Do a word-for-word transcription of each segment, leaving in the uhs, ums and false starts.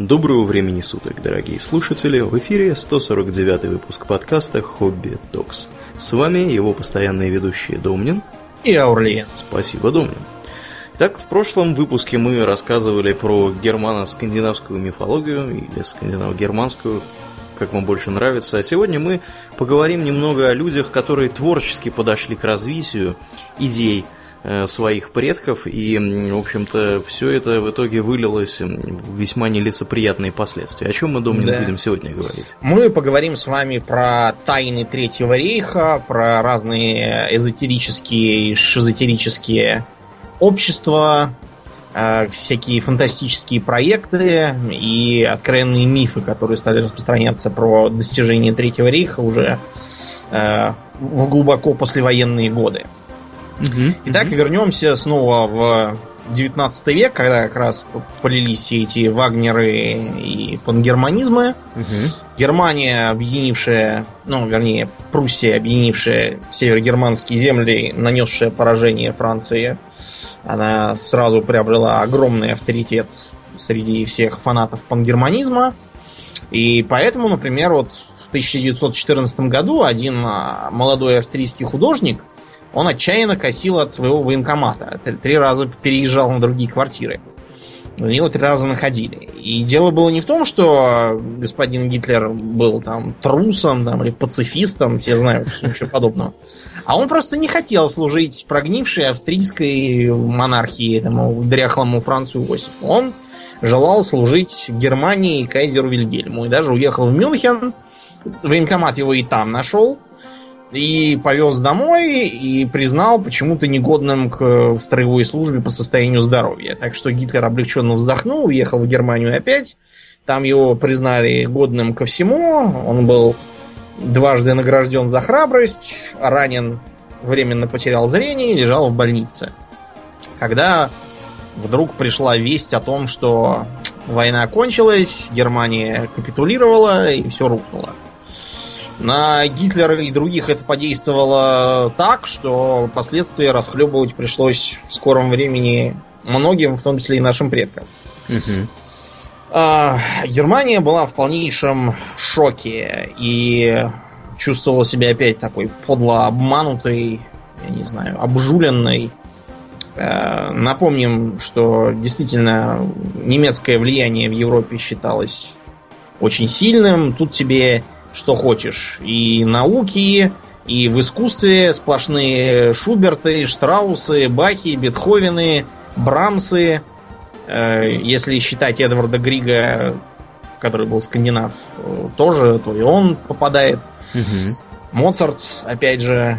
Доброго времени суток, дорогие слушатели! В эфире сто сорок девятый выпуск подкаста «Хобби Токс». С вами его постоянные ведущие Домнин и Аурлиен. Спасибо, Домнин. Итак, в прошлом выпуске мы рассказывали про германо-скандинавскую мифологию, или скандинаво-германскую, как вам больше нравится. А сегодня мы поговорим немного о людях, которые творчески подошли к развитию идей своих предков, и, в общем-то, все это в итоге вылилось в весьма нелицеприятные последствия. О чем мы, Домнин, да. будем сегодня говорить? Мы поговорим с вами про тайны Третьего рейха, про разные эзотерические и шизотерические общества, всякие фантастические проекты и откровенные мифы, которые стали распространяться про достижения Третьего рейха уже в глубоко послевоенные годы. Uh-huh, Итак, uh-huh. вернемся снова в девятнадцатый век, когда как раз полились все эти вагнеры и пангерманизмы. Uh-huh. Германия, объединившая, ну, вернее, Пруссия, объединившая северогерманские земли, нанесшая поражение Франции, она сразу приобрела огромный авторитет среди всех фанатов пангерманизма. И поэтому, например, вот в тысяча девятьсот четырнадцатом году один молодой австрийский художник, он отчаянно косил от своего военкомата. Три раза переезжал на другие квартиры. Его три раза находили. И дело было не в том, что господин Гитлер был там трусом там, или пацифистом, все знают, ничего подобного. А он просто не хотел служить прогнившей австрийской монархии, тому дряхлому Францу Иосифу. Он желал служить Германии и кайзеру Вильгельму. И даже уехал в Мюнхен. Военкомат его и там нашел. И повез домой, и признал почему-то негодным к строевой службе по состоянию здоровья. Так что Гитлер облегченно вздохнул, уехал в Германию опять. Там его признали годным ко всему. Он был дважды награжден за храбрость, ранен, временно потерял зрение и лежал в больнице. Когда вдруг пришла весть о том, что война кончилась, Германия капитулировала и все рухнуло. На Гитлера и других это подействовало так, что последствия расхлебывать пришлось в скором времени многим, в том числе и нашим предкам. Uh-huh. А, Германия была в полнейшем шоке и чувствовала себя опять такой подло обманутой, я не знаю, обжуленной. А, напомним, что действительно немецкое влияние в Европе считалось очень сильным. Тут тебе что хочешь. И науки, и в искусстве сплошные Шуберты, Штраусы, Бахи, Бетховены, Брамсы. Если считать Эдварда Грига, который был скандинав, тоже, то и он попадает. Угу. Моцарт, опять же.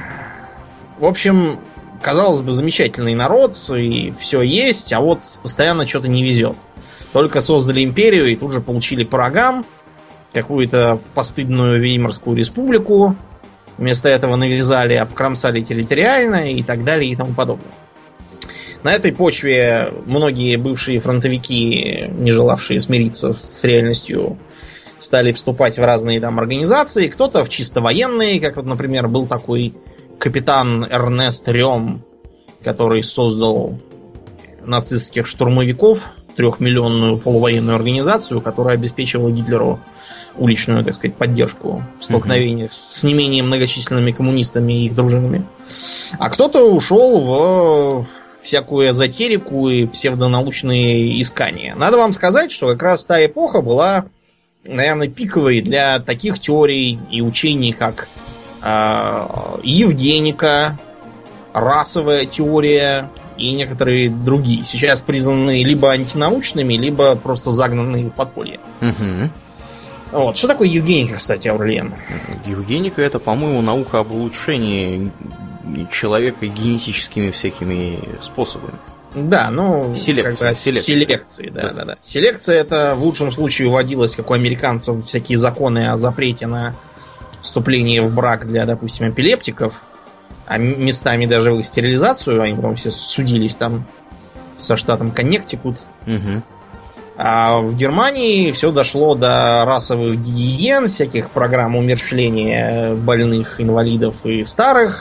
В общем, казалось бы, замечательный народ, и все есть, а вот постоянно что-то не везет. Только создали империю и тут же получили по рогам, какую-то постыдную Веймарскую республику. Вместо этого навязали, обкромсали территориально и так далее и тому подобное. На этой почве многие бывшие фронтовики, не желавшие смириться с реальностью, стали вступать в разные там организации. Кто-то в чисто военные, как вот, например, был такой капитан Эрнест Рём, который создал нацистских штурмовиков, трехмиллионную полувоенную организацию, которая обеспечивала Гитлеру уличную, так сказать, поддержку в столкновениях uh-huh. с не менее многочисленными коммунистами и их дружинами. А кто-то ушел в всякую эзотерику и псевдонаучные искания. Надо вам сказать, что как раз та эпоха была, наверное, пиковой для таких теорий и учений, как э, евгеника, расовая теория и некоторые другие. Сейчас признаны либо антинаучными, либо просто загнанные в подполье. Uh-huh. Вот. Что такое евгеника, кстати, Аурлиен? Евгеника — это, по-моему, наука об улучшении человека генетическими всякими способами. Да, ну... Селекция. Селекция, селекции, да, да. да, да. Селекция — это в лучшем случае вводилась, как у американцев, всякие законы о запрете на вступление в брак для, допустим, эпилептиков, а местами даже в их стерилизацию. Они потом все судились там со штатом Коннектикут. Угу. А в Германии все дошло до расовых гигиен, всяких программ умерщвления больных, инвалидов и старых.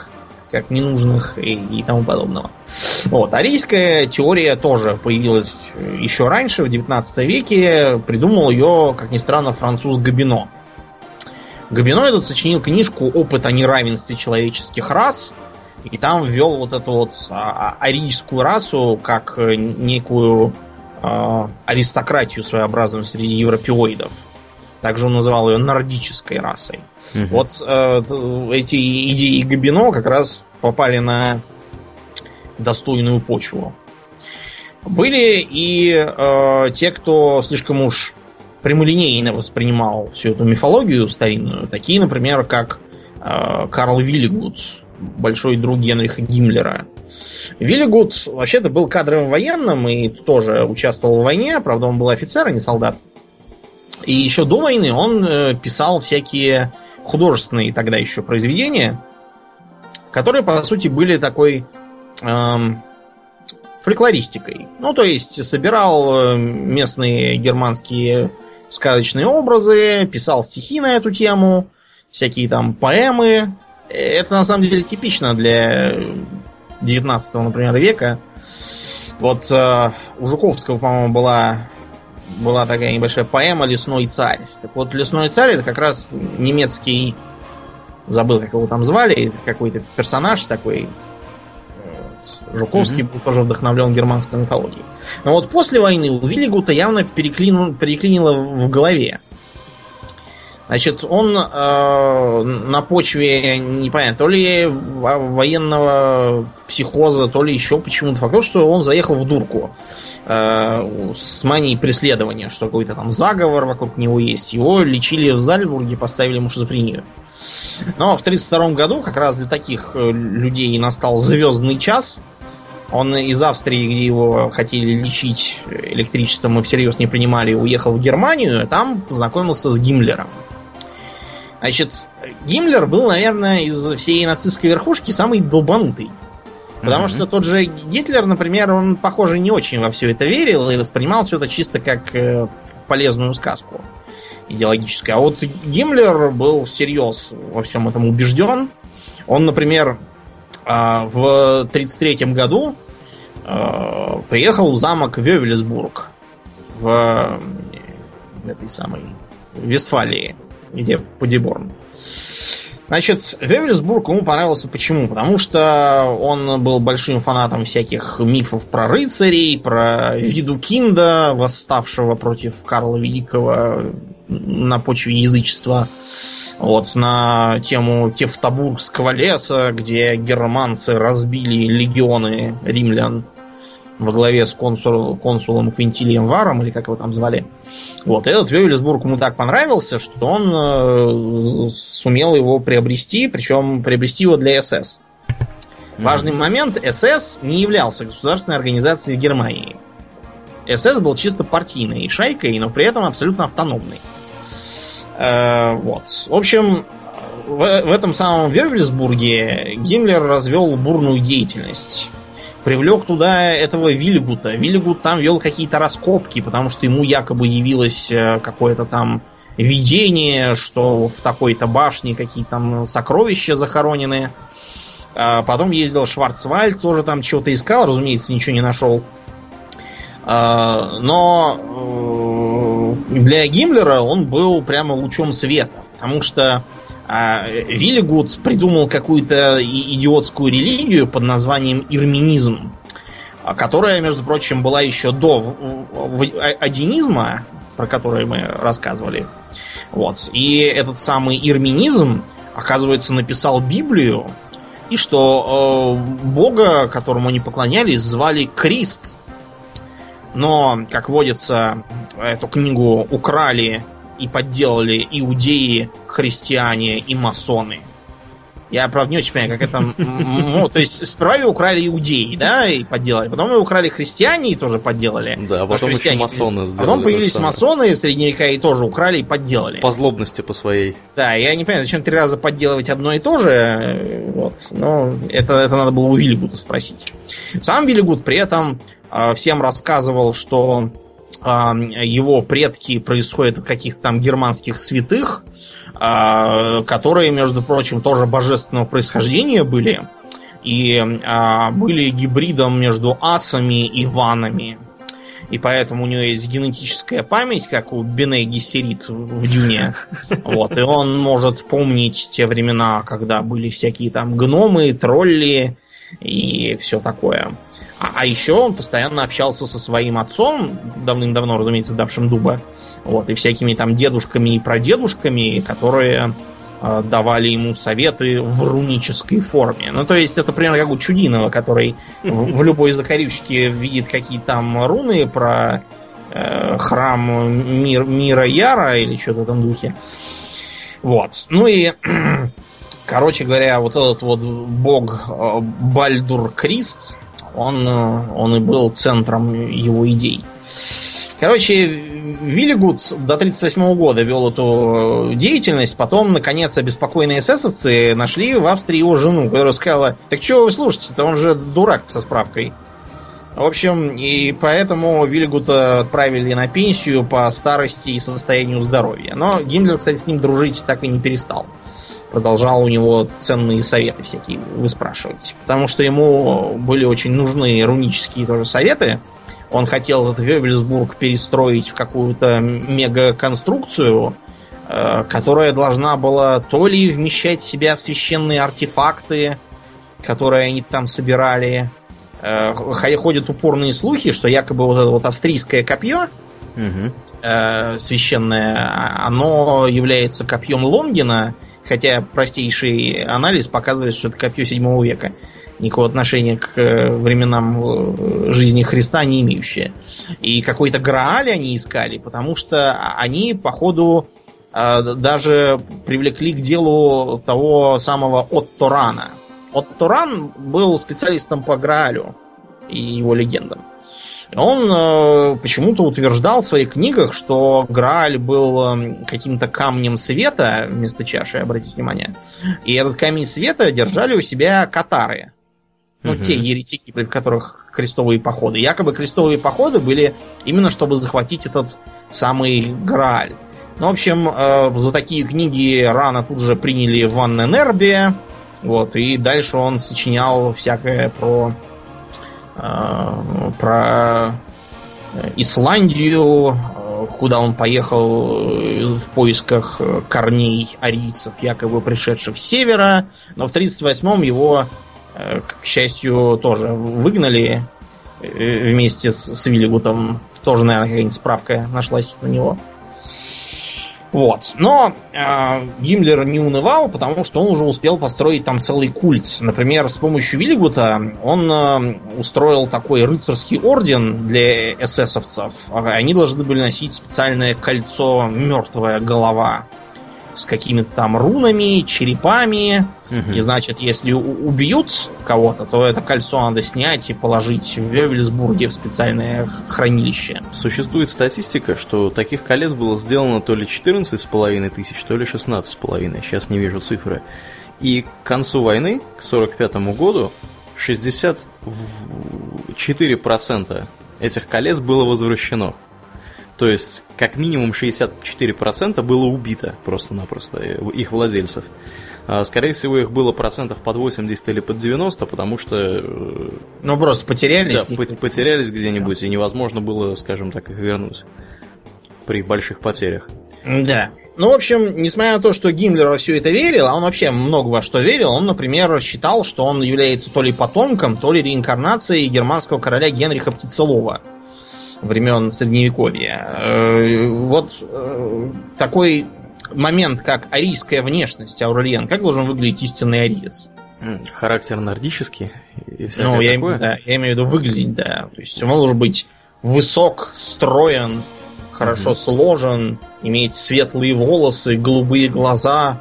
как ненужных и, и тому подобного. Вот. Арийская теория тоже появилась еще раньше, в девятнадцатом веке. Придумал ее, как ни странно, француз Гобино. Гобино этот сочинил книжку «Опыт о неравенстве человеческих рас», и там ввел вот эту вот арийскую расу как некую э, аристократию своеобразную среди европеоидов. Также он называл ее нордической расой. Угу. Вот э, эти идеи Гобино как раз попали на достойную почву. Были и э, те, кто слишком уж прямолинейно воспринимал всю эту мифологию старинную. Такие, например, как э, Карл Виллигуд, большой друг Генриха Гиммлера. Виллигуд вообще-то был кадровым военным и тоже участвовал в войне. Правда, он был офицер, а не солдат. И еще до войны он э, писал всякие художественные тогда еще произведения, которые, по сути, были такой эм, фольклористикой. Ну, то есть, собирал местные германские сказочные образы, писал стихи на эту тему, всякие там поэмы. Это, на самом деле, типично для девятнадцатого, например, века. Вот э, у Жуковского, по-моему, была... была такая небольшая поэма «Лесной царь». Так вот, «Лесной царь» — это как раз немецкий, забыл, как его там звали, какой-то персонаж такой. Вот. Жуковский mm-hmm. был тоже вдохновлен германской мифологией. Но вот после войны у Виллигута явно переклинило, переклинило в голове. Значит, он э, на почве, непонятно, то ли военного психоза, то ли еще почему-то. Факт, что он заехал в дурку с манией преследования, что какой-то там заговор вокруг него есть. Его лечили в Зальцбурге, поставили ему шизофрению. Но в тридцать втором году как раз для таких людей настал звездный час. Он из Австрии, где его хотели лечить электричеством и всерьез не принимали, уехал в Германию, а там познакомился с Гиммлером. Значит, Гиммлер был, наверное, из всей нацистской верхушки самый долбанутый. Потому mm-hmm. что тот же Гитлер, например, он, похоже, не очень во все это верил и воспринимал все это чисто как э, полезную сказку идеологическую. А вот Гиммлер был всерьез во всем этом убежден. Он, например, э, в тридцать третьем году э, приехал в замок Вёвелсбург в э, этой самой Вестфалии, где Падиборн. Значит, Вёвелсбург ему понравился почему? Потому что он был большим фанатом всяких мифов про рыцарей, про Видукинда, восставшего против Карла Великого на почве язычества. Вот, на тему Тевтобургского леса, где германцы разбили легионы римлян во главе с консул, консулом Квинтилием Варом, или как его там звали. Вот, этот Вёвелсбург ему так понравился, что он э, сумел его приобрести, причем приобрести его для эс эс. Mm-hmm. Важный момент, эс эс не являлся государственной организацией в Германии. эс эс был чисто партийной шайкой, но при этом абсолютно автономной. Э, вот. В общем, в, в этом самом Вёвелсбурге Гиммлер развел бурную деятельность. Привлек туда этого Виллигута. Виллигут там вел какие-то раскопки, потому что ему якобы явилось какое-то там видение, что в такой-то башне какие-то там сокровища захоронены. А потом ездил Шварцвальд, тоже там чего-то искал, разумеется, ничего не нашел. А, но для Гиммлера он был прямо лучом света, потому что А Виллигуд придумал какую-то идиотскую религию под названием ирминизм, которая, между прочим, была еще до одинизма, про который мы рассказывали. Вот. И этот самый ирминизм, оказывается, написал Библию, и что э, Бога, которому они поклонялись, звали Крист. Но, как водится, эту книгу украли и подделали иудеи, христиане и масоны. Я, правда, не очень понимаю, как это... Ну, то есть, сперва ее украли иудеи, да, и подделали. Потом ее украли христиане и тоже подделали. Да, а потом еще масоны появились... сделали. Потом появились масоны в средние века и тоже украли и подделали. По злобности по своей. Да, я не понимаю, зачем три раза подделывать одно и то же. Вот. Но это, это надо было у Виллигута спросить. Сам Виллигут при этом э, всем рассказывал, что его предки происходят от каких-то там германских святых, которые, между прочим, тоже божественного происхождения были. и а, были гибридом между асами и ванами. И поэтому у него есть генетическая память, как у Бене Гессерит в Дюне. Вот, и он может помнить те времена, когда были всякие там гномы, тролли и все такое. А, а еще он постоянно общался со своим отцом, давным-давно, разумеется, давшим дуба, вот, и всякими там дедушками и прадедушками, которые э, давали ему советы в рунической форме. Ну, то есть, это примерно как у Чудинова, который в, в любой закорючке видит какие-то там руны про э, храм мир, мира Яра или что-то в этом духе. Вот. Ну и, короче говоря, вот этот вот бог э, Бальдур Крист, он, он и был центром его идей. Короче, Виллигут до тридцать восьмого года вел эту деятельность, потом, наконец, обеспокоенные эсэсовцы нашли в Австрии его жену, которая сказала: так чего вы слушаете-то, он же дурак со справкой. В общем, и поэтому Виллигута отправили на пенсию по старости и состоянию здоровья. Но Гиммлер, кстати, с ним дружить так и не перестал. Продолжал у него ценные советы всякие выспрашивать. Потому что ему были очень нужны рунические тоже советы. Он хотел этот Вёвельсбург перестроить в какую-то мегаконструкцию, э, которая должна была то ли вмещать в себя священные артефакты, которые они там собирали. Э, ходят упорные слухи, что якобы вот это вот австрийское копье, угу. э, священное, оно является копьем Лонгина, хотя простейший анализ показывает, что это копье седьмого века. Никакого отношения к временам жизни Христа не имеющее. И какой-то Грааль они искали, потому что они, походу, даже привлекли к делу того самого Отто Рана. Отто Ран был специалистом по Граалю и его легендам. Он э, почему-то утверждал в своих книгах, что Грааль был каким-то камнем света вместо чаши, обратите внимание. И этот камень света держали у себя катары. Ну, угу. Те еретики, при которых крестовые походы. Якобы крестовые походы были именно чтобы захватить этот самый Грааль. Ну, в общем, э, за такие книги Рана тут же приняли в Анненербе. Вот, и дальше он сочинял всякое про... про Исландию, куда он поехал в поисках корней арийцев, якобы пришедших с севера, но в тридцать восьмом его, к счастью, тоже выгнали вместе с, с Виллигутом. Тоже, наверное, какая-нибудь справка нашлась на него. Вот. Но э, Гиммлер не унывал, потому что он уже успел построить там целый культ. Например, с помощью Виллигута он э, устроил такой рыцарский орден для эсэсовцев. Они должны были носить специальное кольцо «Мертвая голова» с какими-то там рунами, черепами. Угу. И значит, если убьют кого-то, то это кольцо надо снять и положить в Вёвельсбурге в специальное хранилище. Существует статистика, что таких колец было сделано то ли четырнадцать с половиной тысяч, то ли шестнадцать с половиной. Сейчас не вижу цифры. И к концу войны, к сорок пятому году, шестьдесят четыре процента этих колец было возвращено. То есть, как минимум шестьдесят четыре процента было убито просто-напросто их владельцев. Скорее всего, их было процентов под восемьдесят или под девяносто, потому что... Ну, просто потерялись. Да, потерялись где-нибудь, и невозможно было, скажем так, их вернуть при больших потерях. Да. Ну, в общем, несмотря на то, что Гиммлер во все это верил, а он вообще много во что верил, он, например, считал, что он является то ли потомком, то ли реинкарнацией германского короля Генриха Птицелова времен Средневековья. Вот такой момент, как арийская внешность, Аурельен, как должен выглядеть истинный ариец? Характер нордический и всякое ну, я, такое? Да, я имею в виду выглядеть, да. То есть он должен быть высок, строен, хорошо mm-hmm. сложен, иметь светлые волосы, голубые глаза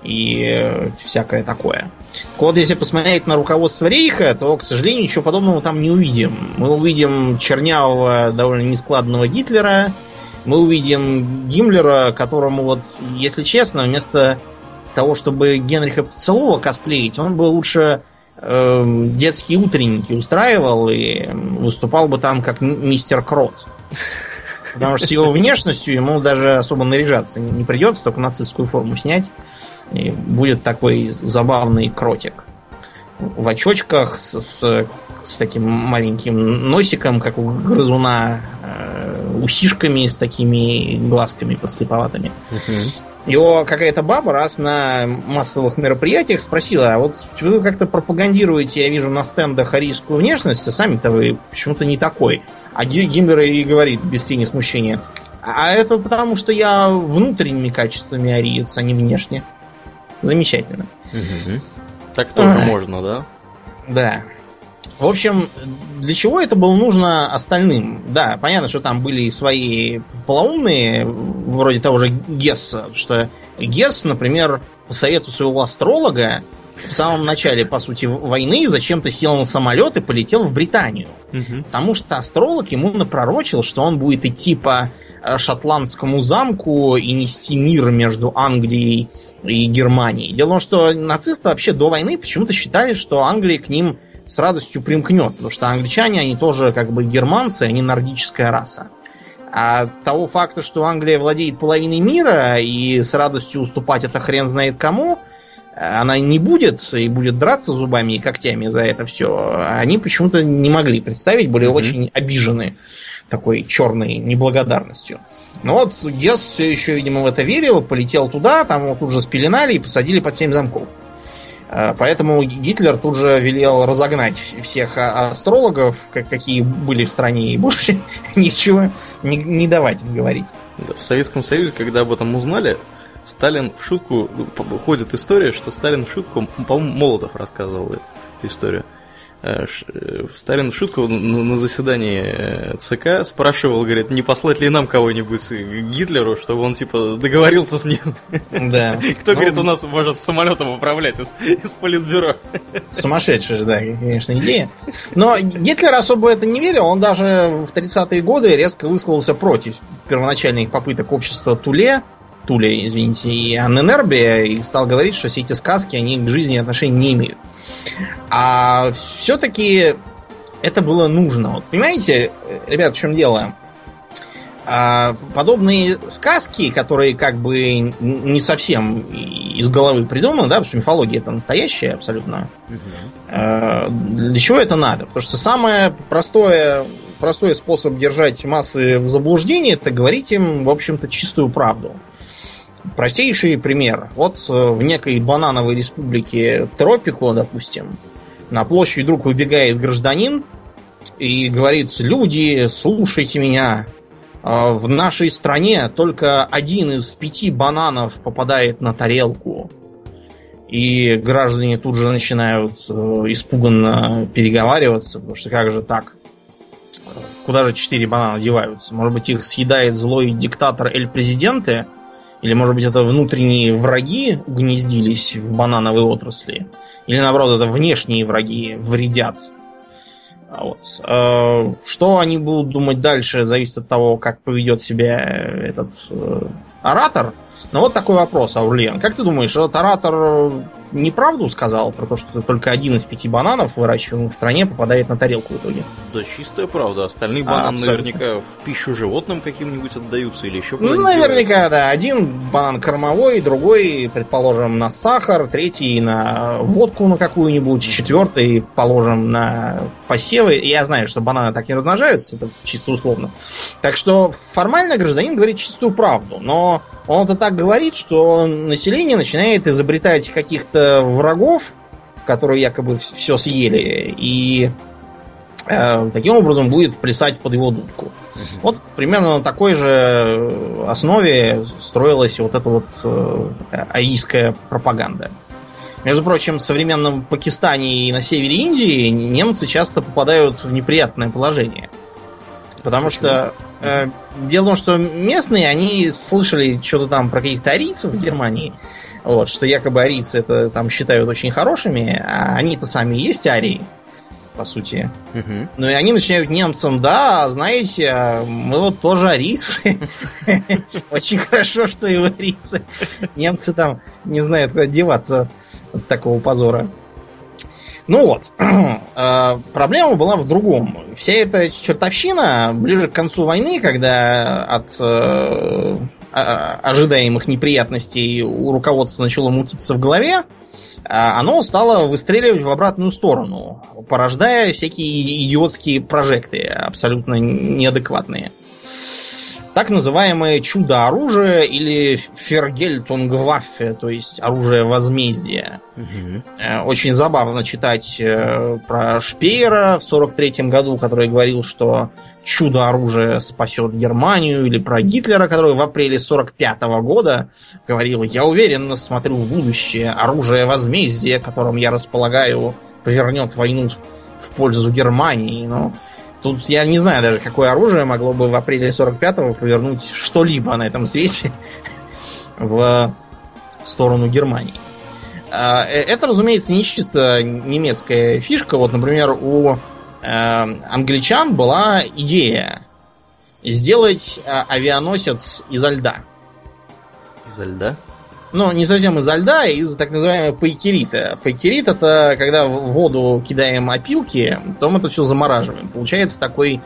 и всякое такое. Так вот, если посмотреть на руководство Рейха, то, к сожалению, ничего подобного там не увидим. Мы увидим чернявого, довольно нескладного Гитлера, мы увидим Гиммлера, которому, вот, если честно, вместо того, чтобы Генриха Птицелова косплеить, он бы лучше э, детские утренники устраивал и выступал бы там как мистер Крот. Потому что с его внешностью ему даже особо наряжаться не придется, только нацистскую форму снять. И будет такой забавный кротик. в очочках с, с, с таким маленьким носиком, как у грызуна, э, усишками с такими глазками подслеповатыми. Uh-huh. Его какая-то баба раз на массовых мероприятиях спросила: а вот вы как-то пропагандируете, я вижу, на стендах арийскую внешность, а сами-то вы почему-то не такой. А Гиммлер и говорит без тени смущения: а это потому, что я внутренними качествами ариец, а не внешне. Замечательно. Угу. Так тоже а, можно, да? Да. В общем, для чего это было нужно остальным? Да, понятно, что там были свои полоумные, вроде того же Гесса, что Гесс, например, по совету своего астролога в самом начале, по сути, войны зачем-то сел на самолет и полетел в Британию. Угу. Потому что астролог ему напророчил, что он будет идти по шотландскому замку и нести мир между Англией и Германией. Дело в том, что нацисты вообще до войны почему-то считали, что Англия к ним с радостью примкнет, потому что англичане, они тоже как бы германцы, они нордическая раса. А того факта, что Англия владеет половиной мира и с радостью уступать это хрен знает кому, она не будет и будет драться зубами и когтями за это все, они почему-то не могли представить, были mm-hmm. очень обижены такой черной неблагодарностью. Но вот Гесс все еще, видимо, в это верил, полетел туда, там его тут же спеленали и посадили под семь замков. Поэтому Гитлер тут же велел разогнать всех астрологов, какие были в стране, и больше ничего не, не давать им говорить. В Советском Союзе, когда об этом узнали, Сталин в шутку, ходит история, что Сталин в шутку, по-моему, Молотов рассказывал эту историю. Сталин в шутку на заседании ЦК спрашивал, говорит, не послать ли нам кого-нибудь Гитлеру, чтобы он типа договорился с ним. Да. Кто, ну, говорит, у нас может самолетом управлять из, из политбюро. Сумасшедшая, да, конечно, идея. Но Гитлер особо это не верил, он даже в тридцатые годы резко высказался против первоначальных попыток общества Туле, Туле, извините, и Анненербе, и стал говорить, что все эти сказки, они к жизни отношения не имеют. А все-таки это было нужно. Вот понимаете, ребят, в чем дело? А, подобные сказки, которые как бы не совсем из головы придуманы, да, потому что мифология это настоящая абсолютно. Угу. А, для чего это надо? Потому что самое простое, простой способ держать массы в заблуждении, это говорить им, в общем-то, чистую правду. Простейший пример. Вот в некой банановой республике Тропико, допустим, на площадь вдруг выбегает гражданин и говорит: люди, слушайте меня, в нашей стране только один из пяти бананов попадает на тарелку. И граждане тут же начинают испуганно переговариваться, потому что как же так? Куда же четыре банана деваются? Может быть, их съедает злой диктатор Эль Президенте? Или, может быть, это внутренние враги угнездились в банановой отрасли? Или, наоборот, это внешние враги вредят? Вот. Что они будут думать дальше, зависит от того, как поведет себя этот оратор. Но вот такой вопрос, Аурлиен. Как ты думаешь, этот оратор неправду сказал про то, что только один из пяти бананов, выращиваемых в стране, попадает на тарелку в итоге? Да, чистая правда. Остальные бананы а, наверняка в пищу животным каким-нибудь отдаются или еще куда-нибудь. Ну, наверняка, деваются. Да. Один банан кормовой, другой, предположим, на сахар, третий на водку на какую-нибудь, четвертый, положим, на посевы. Я знаю, что бананы так не размножаются, это чисто условно. Так что формально гражданин говорит чистую правду, но он это так говорит, что население начинает изобретать каких-то врагов, которые якобы все съели, и э, таким образом будет плясать под его дудку. Uh-huh. Вот примерно на такой же основе строилась вот эта вот э, арийская пропаганда. Между прочим, в современном Пакистане и на севере Индии немцы часто попадают в неприятное положение. Потому что э, дело в том, что местные, они слышали что-то там про каких-то арийцев в Германии, вот, что якобы арийцы это там считают очень хорошими, а они-то сами и есть арии, по сути. Угу. Ну и они начинают немцам: да, знаете, мы вот тоже арийцы. Очень хорошо, что и вы арийцы. Немцы там не знают, куда деваться от такого позора. Ну вот, проблема была в другом. Вся эта чертовщина ближе к концу войны, когда от э, ожидаемых неприятностей у руководства начало мутиться в голове, оно стало выстреливать в обратную сторону, порождая всякие идиотские прожекты, абсолютно неадекватные. Так называемое чудо-оружие или Фергельтунгваффе, то есть оружие возмездия. Угу. Очень забавно читать про Шпеера в сорок третьем году, который говорил, что чудо-оружие спасет Германию, или про Гитлера, который в апреле сорок пятого года говорил: я уверенно смотрю в будущее, оружие возмездия, которым я располагаю, повернет войну в пользу Германии. Но тут я не знаю даже, какое оружие могло бы в апреле сорок пятого повернуть что-либо на этом свете в сторону Германии. Это, разумеется, не чисто немецкая фишка. Вот, например, у англичан была идея сделать авианосец изо льда. Изо льда? Ну, не совсем изо льда, а из так называемого пайкерита. Пайкерит — это когда в воду кидаем опилки, то мы это все замораживаем. Получается такой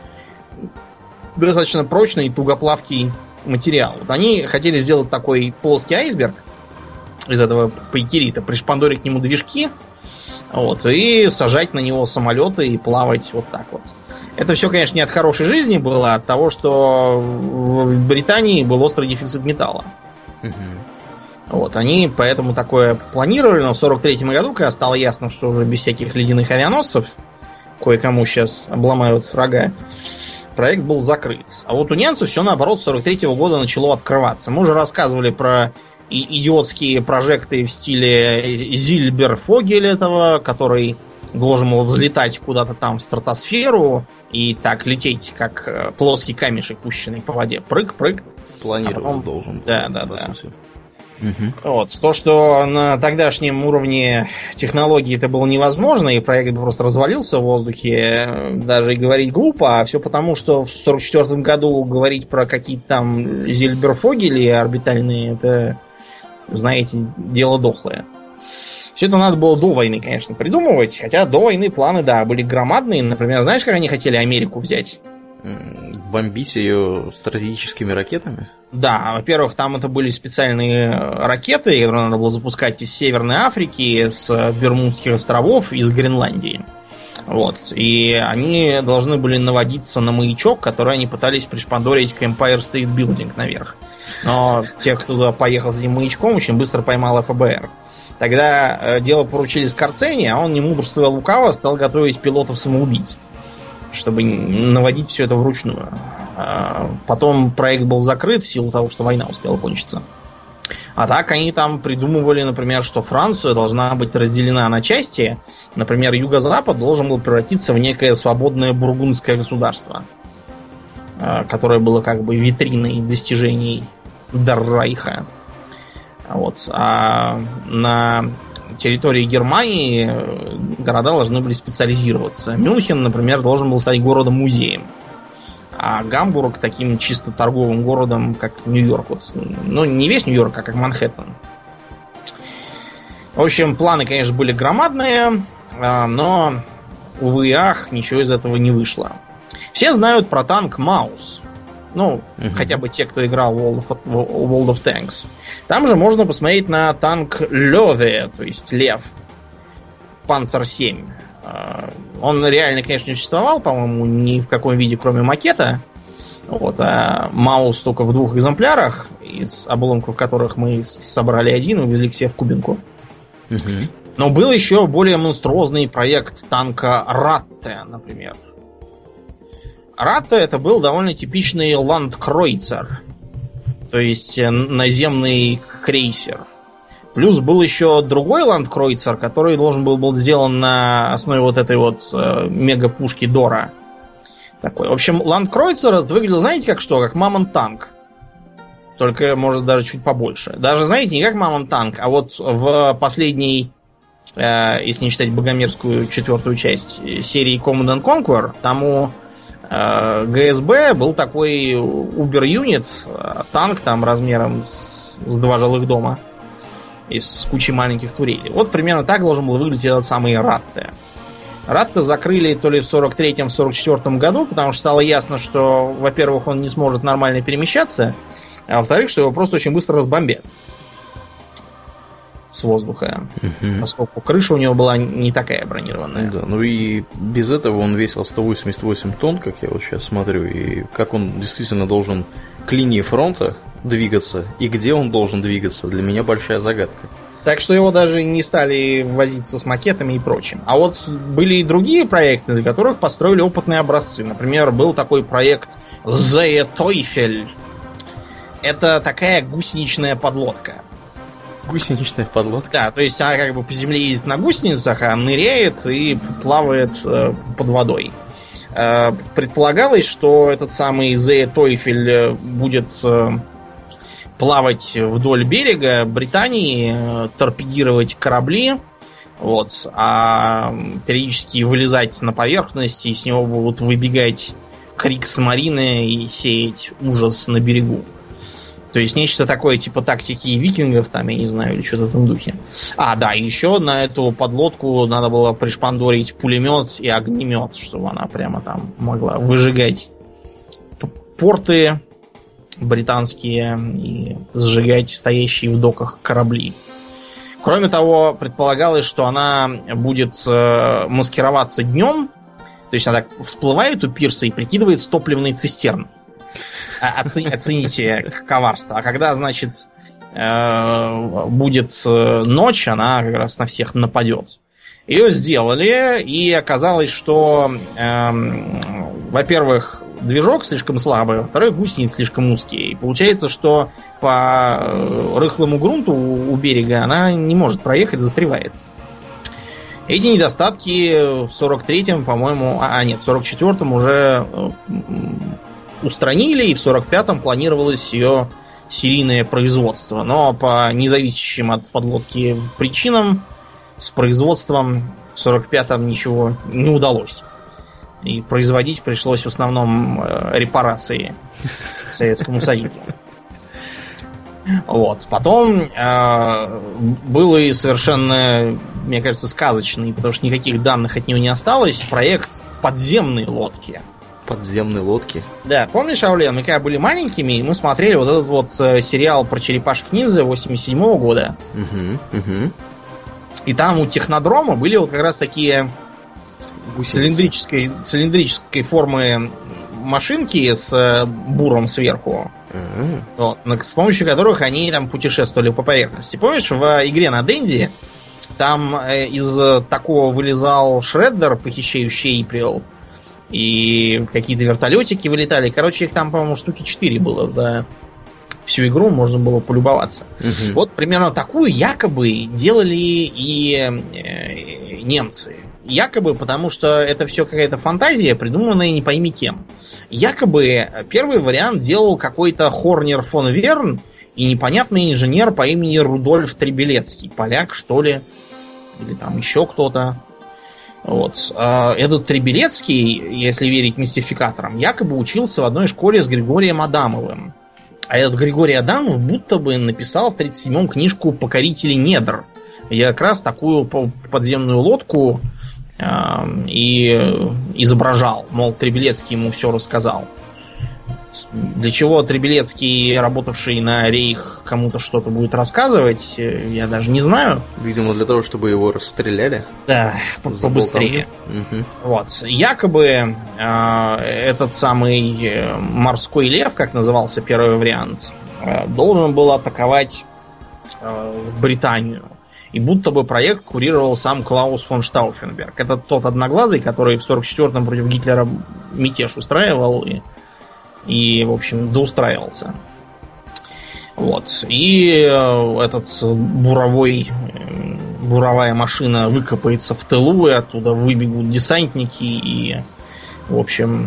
достаточно прочный, тугоплавкий материал. Вот они хотели сделать такой плоский айсберг из этого пайкерита, пришпандорить к нему движки, вот, и сажать на него самолеты и плавать вот так вот. Это все, конечно, не от хорошей жизни было, а от того, что в Британии был острый дефицит металла. Угу. Вот, они поэтому такое планировали, но в сорок третьем году, когда стало ясно, что уже без всяких ледяных авианосцев кое-кому сейчас обломают рога, проект был закрыт. А вот у немцев все, наоборот, с сорок третьего года начало открываться. Мы уже рассказывали про идиотские прожекты в стиле Зильберфогель этого, который должен был взлетать куда-то там в стратосферу и так лететь, как плоский камешек, пущенный по воде. Прыг-прыг. Планировать а потом... должен. Да, да, да. Угу. Вот. То, что на тогдашнем уровне технологии это было невозможно, и проект просто развалился в воздухе, даже и говорить глупо, а все потому, что в сорок четвёртом году говорить про какие-то там Зильберфогели орбитальные, это, знаете, дело дохлое. Все это надо было до войны, конечно, придумывать, хотя до войны планы, да, были громадные. Например, знаешь, как они хотели Америку взять? Бомбить ее стратегическими ракетами? Да, во-первых, там это были специальные ракеты, которые надо было запускать из Северной Африки, с Бермудских островов, из Гренландии. Вот. И они должны были наводиться на маячок, который они пытались пришпандорить к Empire State Building наверх. Но тех, кто туда поехал с этим маячком, очень быстро поймал эф бэ эр. Тогда э, дело поручили Скорцени, а он, не мудрствуя лукаво, стал готовить пилотов-самоубийц, чтобы наводить все это вручную. Потом проект был закрыт в силу того, что война успела кончиться. А так они там придумывали, например, что Франция должна быть разделена на части. Например, Юго-Запад должен был превратиться в некое свободное бургундское государство, которое было как бы витриной достижений Даррайха. Вот. А на территории Германии города должны были специализироваться. Мюнхен, например, должен был стать городом-музеем. А Гамбург таким чисто торговым городом, как Нью-Йорк. Вот. Ну, не весь Нью-Йорк, а как Манхэттен. В общем, планы, конечно, были громадные, но, увы и ах, ничего из этого не вышло. Все знают про танк Маус. Ну, uh-huh. хотя бы те, кто играл в World of, World of Tanks. Там же можно посмотреть на танк Лёве, то есть Лев. Панцер семь. Он реально, конечно, не существовал, по-моему, ни в каком виде, кроме макета. Вот, а Маус только в двух экземплярах, из обломков которых мы собрали один и увезли к себе в Кубинку. Uh-huh. Но был еще более монструозный проект танка Ратте, например. Ратте это был довольно типичный ландкройцер, то есть наземный крейсер. Плюс был еще другой ландкройцер, который должен был быть сделан на основе вот этой вот э, мега-пушки Дора. Такой. В общем, ландкройцер выглядел, знаете, как что? Как Мамонт-танк. Только, может, даже чуть побольше. Даже, знаете, не как Мамонт-танк, а вот в последней, э, если не считать богомерзкую четвертую часть серии Command and Conquer, там у э, гэ эс бэ был такой убер-юнит, танк там размером с, с два жилых дома. И с кучей маленьких турелей. Вот примерно так должен был выглядеть этот самый Ратте. Ратте закрыли то ли в сорок третьем, сорок четвёртом году, потому что стало ясно, что, во-первых, он не сможет нормально перемещаться, а во-вторых, что его просто очень быстро разбомбят. с воздуха, угу. поскольку крыша у него была не такая бронированная. Да, ну и без этого он весил сто восемьдесят восемь тонн, как я вот сейчас смотрю, и как он действительно должен к линии фронта двигаться, и где он должен двигаться, для меня большая загадка. Так что его даже не стали возиться с макетами и прочим. А вот были и другие проекты, для которых построили опытные образцы. Например, был такой проект Зея Тойфель. Это такая гусеничная подлодка. Гусеничная подлодка? Да, то есть она как бы по земле ездит на гусеницах, а ныряет и плавает э, под водой. Э, предполагалось, что этот самый Зея Тойфель будет э, плавать вдоль берега Британии, э, торпедировать корабли, вот, а периодически вылезать на поверхность, и с него будут выбегать крикс-марины и сеять ужас на берегу. То есть нечто такое, типа тактики викингов, там, я не знаю, или что-то в этом духе. А, да, еще на эту подлодку надо было пришпандорить пулемет и огнемет, чтобы она прямо там могла выжигать порты британские и сжигать стоящие в доках корабли. Кроме того, предполагалось, что она будет э, маскироваться днем, то есть она так всплывает у пирса и прикидывается топливной цистерной. Оцени, оцените коварство. А когда, значит, э, будет ночь, она как раз на всех нападет. Ее сделали, и оказалось, что, э, во-первых, движок слишком слабый, во-вторых, гусеницы слишком узкие. И получается, что по рыхлому грунту у берега она не может проехать, застревает. Эти недостатки в сорок третьем, по-моему, а нет, в сорок четвертом уже устранили, и в сорок пятом планировалось ее серийное производство. Но по независящим от подлодки причинам с производством в сорок пятом ничего не удалось. И производить пришлось в основном репарации Советскому Союзу. Вот. Потом э, был и совершенно, мне кажется, сказочный, потому что никаких данных от него не осталось, проект подземной лодки. Подземные лодки? Да. Помнишь, Аулен, мы когда были маленькими, мы смотрели вот этот вот э, сериал про черепашек-ниндзя восемьдесят седьмого года. Угу, угу. И там у технодрома были вот как раз такие цилиндрической, цилиндрической формы машинки с э, буром сверху. Uh-huh. Вот, с помощью которых они там путешествовали по поверхности. Помнишь, в игре на Денди там э, из такого вылезал Шреддер, похищающий Эйприл, и какие-то вертолетики вылетали. Короче, их там, по-моему, штуки четыре было за всю игру, можно было полюбоваться. Uh-huh. Вот примерно такую якобы делали и э, немцы. Якобы потому, что это все какая-то фантазия, придуманная не пойми кем. Якобы первый вариант делал какой-то Хорнер фон Верн и непонятный инженер по имени Рудольф Требелецкий. Поляк, что ли? Или там еще кто-то. Вот. Этот Требелецкий, если верить мистификаторам, якобы учился в одной школе с Григорием Адамовым. А этот Григорий Адамов будто бы написал в тридцать седьмом книжку «Покорители недр». Я как раз такую подземную лодку и изображал. Мол, Требелецкий ему все рассказал. Для чего Требелецкий, работавший на рейх, кому-то что-то будет рассказывать, я даже не знаю. Видимо, для того, чтобы его расстреляли. Да, побыстрее. Угу. Вот. Якобы э, этот самый морской лев, как назывался первый вариант, э, должен был атаковать э, Британию. И будто бы проект курировал сам Клаус фон Штауфенберг. Это тот одноглазый, который в сорок четвёртом против Гитлера мятеж устраивал и, и в общем, доустраивался. Вот. И этот буровой, буровая машина выкопается в тылу, и оттуда выбегут десантники и, в общем,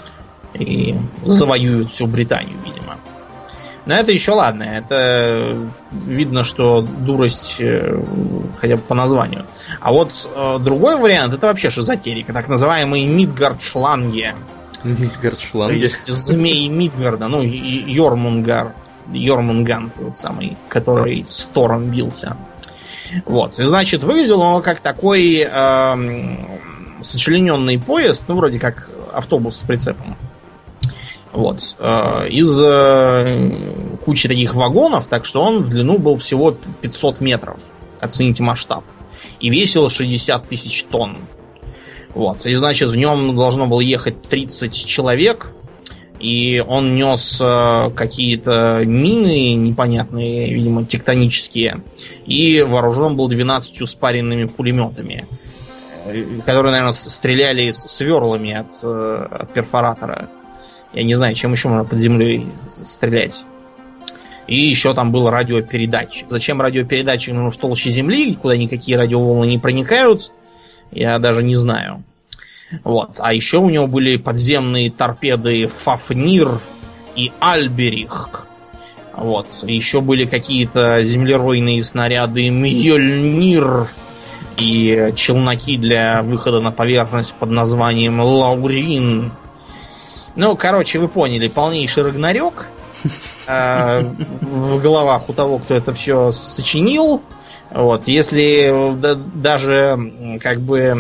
и завоюют всю Британию, видимо. Но это еще ладно. Это видно, что дурость хотя бы по названию. А вот э, другой вариант, это вообще шизотерика. Так называемый Мидгард-шланге. Мидгард-шланге. То есть змей Мидгарда. Ну, Йормунгар. Йормунганд, вот самый, который с Тором бился. Вот. И, значит, выглядел он как такой э, сочлененный поезд, ну, вроде как автобус с прицепом. Вот. Из кучи таких вагонов, так что он в длину был всего пятьсот метров. Оцените масштаб. И весил шестьдесят тысяч тонн. Вот. И, значит, в нем должно было ехать тридцать человек. И он нес э, какие-то мины непонятные, видимо, тектонические. И вооружен был двенадцатью спаренными пулеметами, которые, наверное, стреляли сверлами от, э, от перфоратора. Я не знаю, чем еще можно под землей стрелять. И еще там был радиопередатчик. Зачем радиопередатчик нужен в толще земли, куда никакие радиоволны не проникают, я даже не знаю. Вот. А еще у него были подземные торпеды Фафнир и Альберих. Вот. Еще были какие-то землеройные снаряды Мьёльнир и челноки для выхода на поверхность под названием Лаурин. Ну, короче, вы поняли, полнейший рагнарёк э, в головах у того, кто это все сочинил. Вот, если да, даже как бы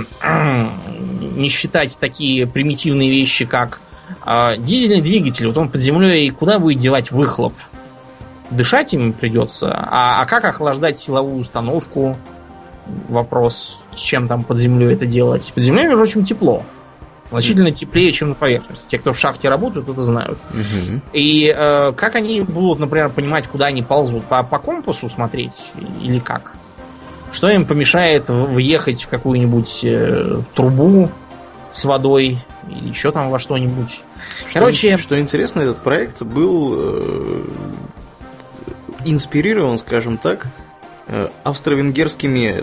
не считать такие примитивные вещи, как э, дизельный двигатель, вот он под землей, куда будет девать выхлоп? Дышать им придется. А, а как охлаждать силовую установку? Вопрос, с чем там под землей это делать? Под землей, между прочим, тепло. Значительно теплее, чем на поверхности. Те, кто в шахте работают, это знают. Угу. И э, как они будут, например, понимать, куда они ползут? По, по компасу смотреть? Или как? Что им помешает въехать в какую-нибудь э, трубу с водой? Или еще там во что-нибудь? Что, Короче... Что интересно, этот проект был э, инспирирован, скажем так, э, австро-венгерскими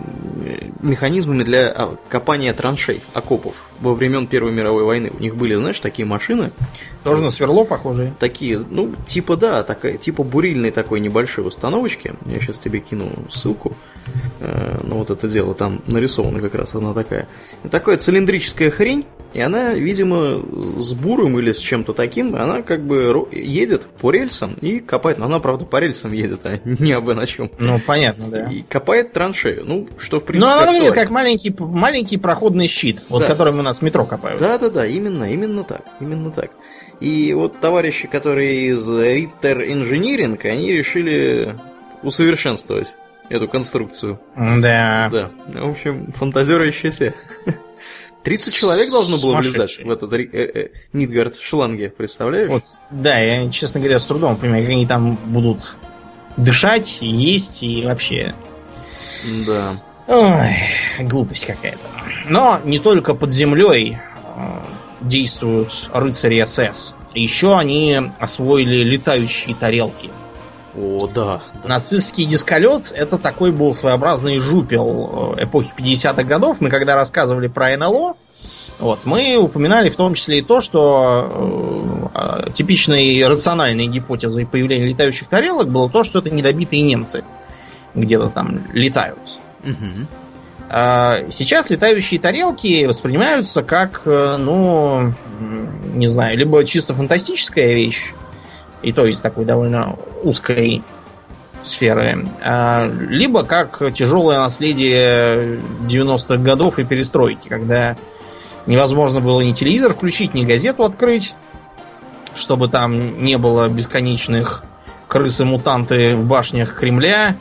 механизмами для копания траншей, окопов во времен Первой мировой войны. У них были, знаешь, такие машины. Тоже на сверло похожие? Такие, ну, типа, да, такая, типа бурильной такой небольшой установочки. Я сейчас тебе кину ссылку. Ну, вот это дело, там нарисована как раз она такая. Такая цилиндрическая хрень, и она, видимо, с буром или с чем-то таким, она как бы едет по рельсам и копает. Но она, правда, по рельсам едет, а не абы на чем. Ну, понятно, да. И копает траншею. Ну, что, в принципе, ну, она выглядит как маленький, маленький проходный щит, вот, да. Которым у нас в метро копают. Да-да-да, именно, именно так, именно так. И вот товарищи, которые из Ritter Engineering, они решили усовершенствовать эту конструкцию. Да. Да. В общем, фантазеры еще те. тридцать человек должно было влезать в этот э, э, Мидгард шланге, представляешь? Вот. Да, я, честно говоря, с трудом понимаю, как они там будут дышать, есть и вообще... Да. Ой, глупость какая-то. Но не только под землей действуют рыцари СС. Еще они освоили летающие тарелки. О, да, да. Нацистский дисколет — это такой был своеобразный жупел эпохи пятидесятых годов. Мы когда рассказывали про эн эл о, вот, мы упоминали в том числе и то, что э, типичной рациональной гипотезой появления летающих тарелок было то, что это недобитые немцы где-то там летают. Угу. Сейчас летающие тарелки воспринимаются как, ну, не знаю, либо чисто фантастическая вещь, и то из такой довольно узкой сферы, либо как тяжелое наследие девяностых годов и перестройки, когда невозможно было ни телевизор включить, ни газету открыть, чтобы там не было бесконечных крысы-мутанты в башнях Кремля,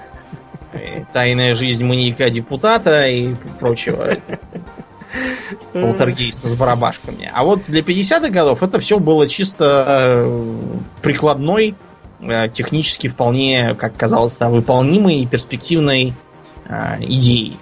тайная жизнь маньяка-депутата и прочего полтергейста с барабашками. А вот для пятидесятых годов это все было чисто прикладной, технически вполне, как казалось, да, выполнимой и перспективной идеей.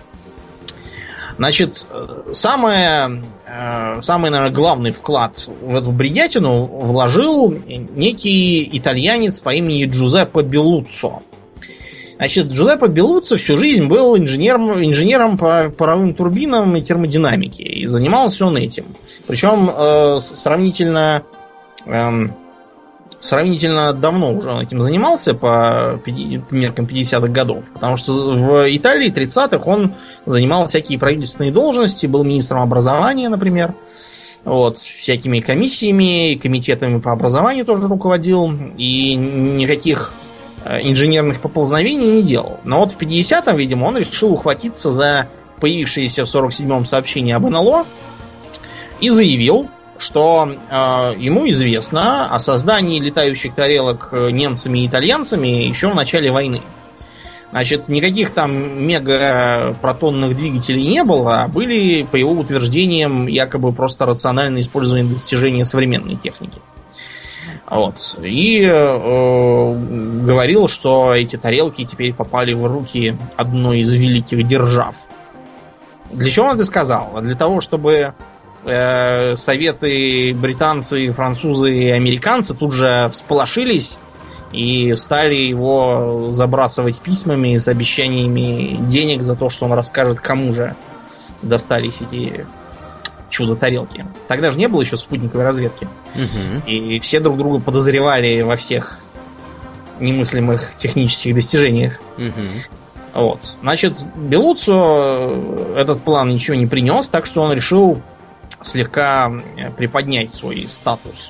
Значит, самое, самый, наверное, главный вклад в эту бредятину вложил некий итальянец по имени Джузеппе Беллуццо. Значит, Джузеппе Беллуццо всю жизнь был инженером, инженером по паровым турбинам и термодинамике. И занимался он этим. Причем э, сравнительно, э, сравнительно давно уже он этим занимался по меркам пятидесятых годов. Потому что в Италии тридцатых он занимал всякие правительственные должности, был министром образования, например. Вот, всякими комиссиями, комитетами по образованию тоже руководил. И никаких инженерных поползновений не делал. Но вот в пятидесятом, видимо, он решил ухватиться за появившееся в сорок седьмом сообщение об эн эл о и заявил, что э, ему известно о создании летающих тарелок немцами и итальянцами еще в начале войны. Значит, никаких там мегапротонных двигателей не было, а были, по его утверждениям, якобы просто рациональное использование достижения современной техники. Вот. И э, говорил, что эти тарелки теперь попали в руки одной из великих держав. Для чего он это сказал? Для того, чтобы э, советы, британцы, французы и американцы тут же всполошились и стали его забрасывать письмами с обещаниями денег за то, что он расскажет, кому же достались эти чудо-тарелки. Тогда же не было еще спутниковой разведки. Угу. И все друг друга подозревали во всех немыслимых технических достижениях. Угу. Вот. Значит, Беллуццо этот план ничего не принес, так что он решил слегка приподнять свой статус.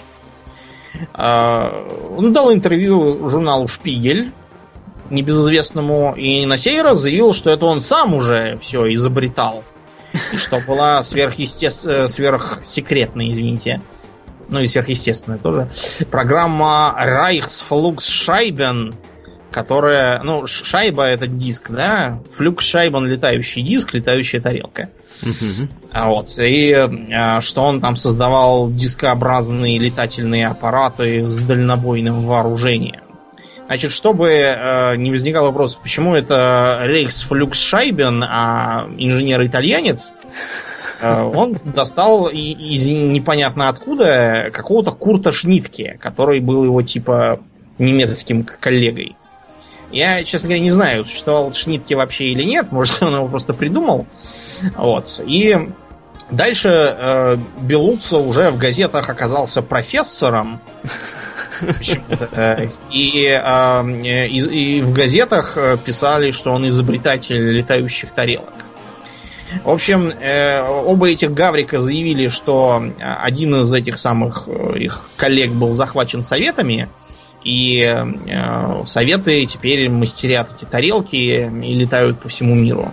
Он дал интервью журналу «Шпигель», небезызвестному, и на сей раз заявил, что это он сам уже все изобретал. И что была сверхъестественная, сверхсекретная, извините, ну и сверхъестественная тоже, программа Reichsflugscheiben, которая, ну, шайба это диск, да, Flugscheiben летающий диск, летающая тарелка. Uh-huh. А вот, и а, что он там создавал дискообразные летательные аппараты с дальнобойным вооружением. Значит, чтобы э, не возникал вопрос, почему это Reichsflugscheiben, а инженер-итальянец, э, он достал и, из непонятно откуда какого-то Курта Шнитке, который был его типа немецким коллегой. Я, честно говоря, не знаю, существовал Шнитке вообще или нет, может, он его просто придумал. Вот. И дальше э, Беллуццо уже в газетах оказался профессором. Почему-то. И, э, и, и в газетах писали, что он изобретатель летающих тарелок. В общем, э, оба этих гаврика заявили, что один из этих самых их коллег был захвачен советами, и э, советы теперь мастерят эти тарелки и летают по всему миру.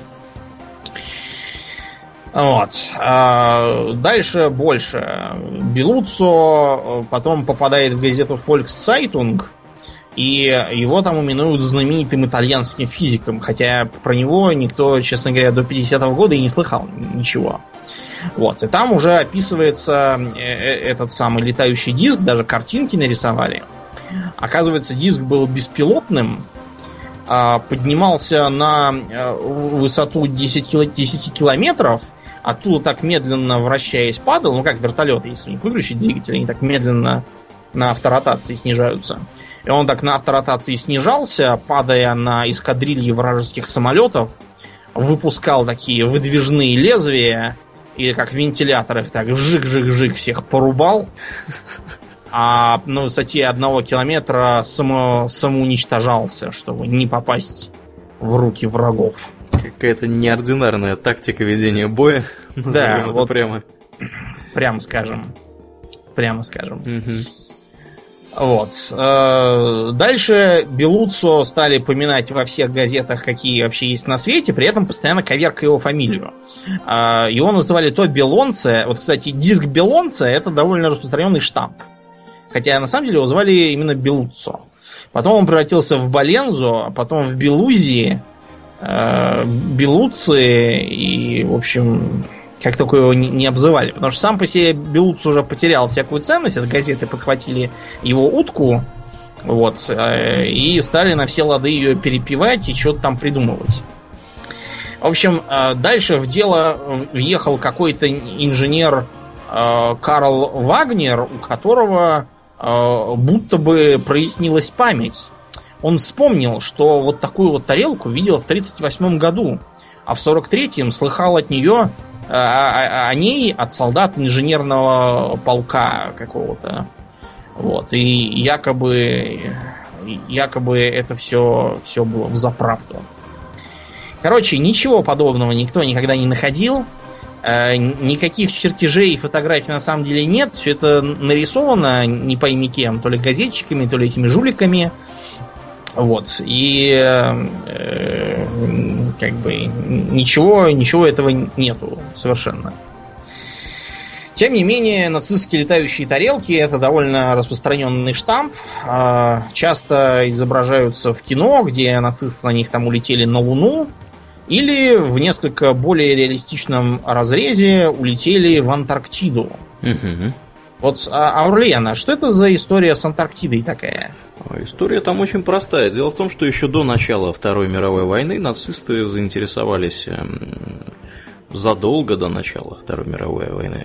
Вот. А дальше больше. Беллуццо потом попадает в газету Volkszeitung, и его там именуют знаменитым итальянским физиком, хотя про него никто, честно говоря, до пятидесятого года и не слыхал ничего. Вот. И там уже описывается этот самый летающий диск, даже картинки нарисовали. Оказывается, диск был беспилотным, поднимался на высоту десять километров, оттуда так медленно вращаясь падал, ну как вертолеты, если у них выключить двигатель, они так медленно на авторотации снижаются. И он так на авторотации снижался, падая на эскадрильи вражеских самолетов, выпускал такие выдвижные лезвия, и как вентиляторы так вжик-вжик-вжик всех порубал, а на высоте одного километра само, самоуничтожался, чтобы не попасть в руки врагов. Какая-то неординарная тактика ведения боя. Да, вот прямо. Прямо скажем. Прямо скажем. Угу. Вот. Дальше Беллуццо стали поминать во всех газетах, какие вообще есть на свете, при этом постоянно коверкая его фамилию. Его называли то Беллонце. Вот, кстати, диск Беллонце — это довольно распространенный штамп. Хотя на самом деле его звали именно Беллуццо. Потом он превратился в Болензо, а потом в Белузи, э, Белуцци, и, в общем, как только его не, не обзывали. Потому что сам по себе Беллуццо уже потерял всякую ценность, от газеты подхватили его утку, вот, э, и стали на все лады ее перепевать и что-то там придумывать. В общем, э, дальше в дело въехал какой-то инженер э, Карл Вагнер, у которого будто бы прояснилась память. Он вспомнил, что вот такую вот тарелку видел в тридцать восьмом году, а в сорок третьем слыхал от нее, о, о ней от солдат инженерного полка какого-то. Вот. И якобы, якобы это все, все было взаправду. Короче, ничего подобного никто никогда не находил. Никаких чертежей и фотографий на самом деле нет. Все это нарисовано не пойми кем, то ли газетчиками, то ли этими жуликами. Вот. И э, как бы ничего, ничего этого нету совершенно. Тем не менее, нацистские летающие тарелки — это довольно распространенный штамп. Часто изображаются в кино, где нацисты на них там улетели на Луну, или в несколько более реалистичном разрезе улетели в Антарктиду. Угу. Вот, Аурлиен, а что это за история с Антарктидой такая? История там очень простая. Дело в том, что еще до начала Второй мировой войны нацисты заинтересовались задолго до начала Второй мировой войны.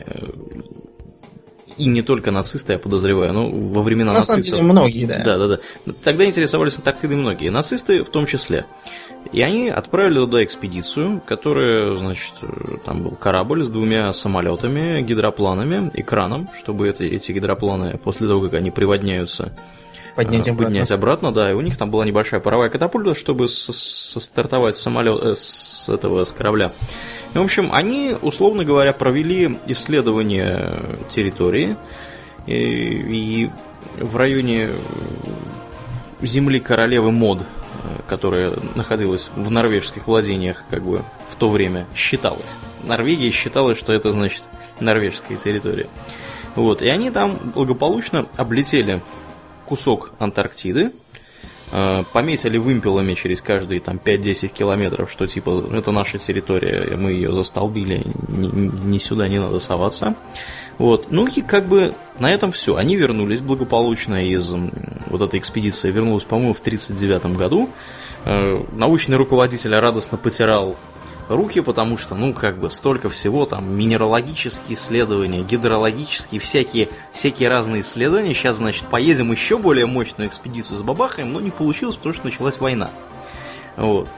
И не только нацисты, я подозреваю, но во времена на нацистов. Самом деле, многие, да. Да, да, да. Тогда интересовались Антарктидой многие, нацисты в том числе. И они отправили туда экспедицию, которая, значит, там был корабль с двумя самолетами, гидропланами и краном, чтобы это, эти гидропланы после того, как они приводняются, поднять обратно. поднять обратно, да, и у них там была небольшая паровая катапульта, чтобы состартовать самолет с этого с корабля. В общем, они, условно говоря, провели исследование территории, и, и в районе земли королевы Мод, которая находилась в норвежских владениях, как бы в то время считалось. Норвегия считалась, что это, значит, норвежская территория. Вот, и они там благополучно облетели кусок Антарктиды, пометили вымпелами через каждые там пять-десять километров, что типа это наша территория, мы ее застолбили, ни, ни сюда не надо соваться. Вот. Ну и как бы на этом все. Они вернулись благополучно из вот этой экспедиции, вернулась, по-моему, в тридцать девятом году. Научный руководитель радостно потирал руки, потому что, ну, как бы, столько всего, там, минералогические исследования, гидрологические, всякие, всякие разные исследования. Сейчас, значит, поедем еще более мощную экспедицию забабахаем, но не получилось, потому что началась война. Вот.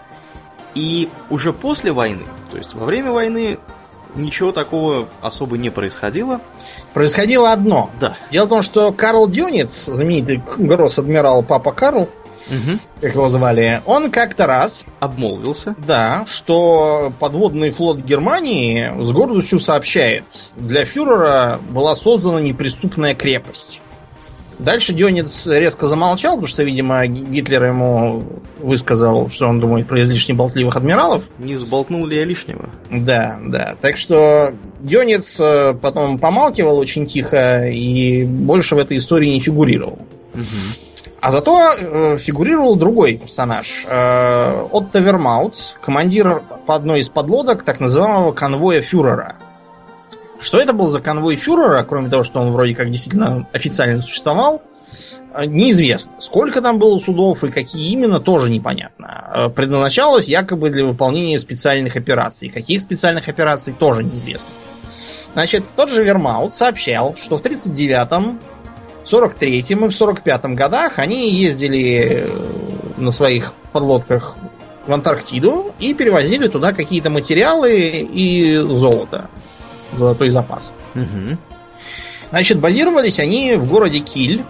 И уже после войны, то есть во время войны, ничего такого особо не происходило. Происходило одно. Да. Дело в том, что Карл Дюниц, знаменитый гросс-адмирал Папа Карл, угу. как его звали, он как-то раз обмолвился, да, что подводный флот Германии с гордостью сообщает: для фюрера была создана неприступная крепость. Дальше Дёниц резко замолчал, потому что, видимо, Гитлер ему высказал, что он думает про излишне болтливых адмиралов. Не сболтнул ли я лишнего? Да, да. Так что Дёниц потом помалкивал очень тихо и больше в этой истории не фигурировал. Угу. А зато э, фигурировал другой персонаж. Э, Отто Вермаут, командир по одной из подлодок так называемого конвоя фюрера. Что это был за конвой фюрера, кроме того, что он вроде как действительно официально существовал, неизвестно. Сколько там было судов и какие именно, тоже непонятно. Предназначалось якобы для выполнения специальных операций. Каких специальных операций, тоже неизвестно. Значит, тот же Вермаут сообщал, что в тридцать девятом, сорок третьем и в сорок пятом годах они ездили на своих подлодках в Антарктиду и перевозили туда какие-то материалы и золото. Золотой запас. Угу. Значит, базировались они в городе Киль.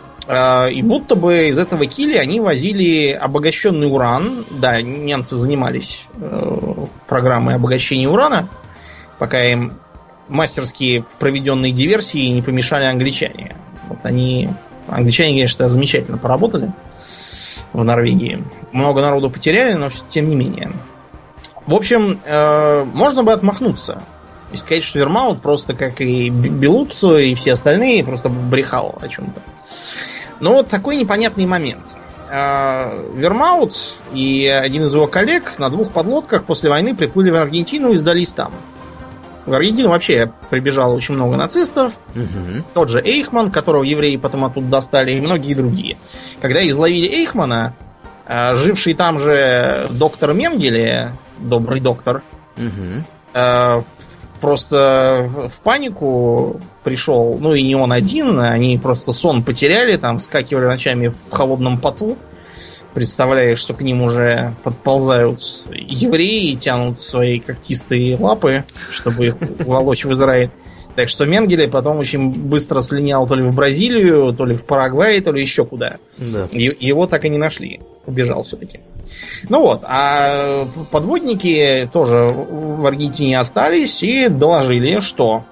Э, и будто бы из этого Киля они возили обогащенный уран. Да, немцы занимались э, программой обогащения урана, пока им мастерски проведенные диверсии не помешали англичане. Вот они... Англичане, конечно, замечательно поработали в Норвегии. Много народу потеряли, но тем не менее. В общем, э, можно бы отмахнуться и сказать, что Вермаут просто, как и Белуццо и все остальные, просто брехал о чем-то. Но вот такой непонятный момент. Вермаут и один из его коллег на двух подлодках после войны приплыли в Аргентину и сдались там. В Аргентину вообще прибежало очень много нацистов. Угу. Тот же Эйхман, которого евреи потом оттуда достали, и многие другие. Когда изловили Эйхмана, живший там же доктор Менгеле, добрый доктор, угу. просто в панику пришел, ну и не он один, они просто сон потеряли, там вскакивали ночами в холодном поту, представляя, что к ним уже подползают евреи и тянут свои когтистые лапы, чтобы их уволочь в Израиль. Так что Менгеле потом очень быстро слинял то ли в Бразилию, то ли в Парагвай, то ли еще куда. Да. Его так и не нашли. Убежал все-таки. Ну вот, а подводники тоже в Аргентине остались и доложили, что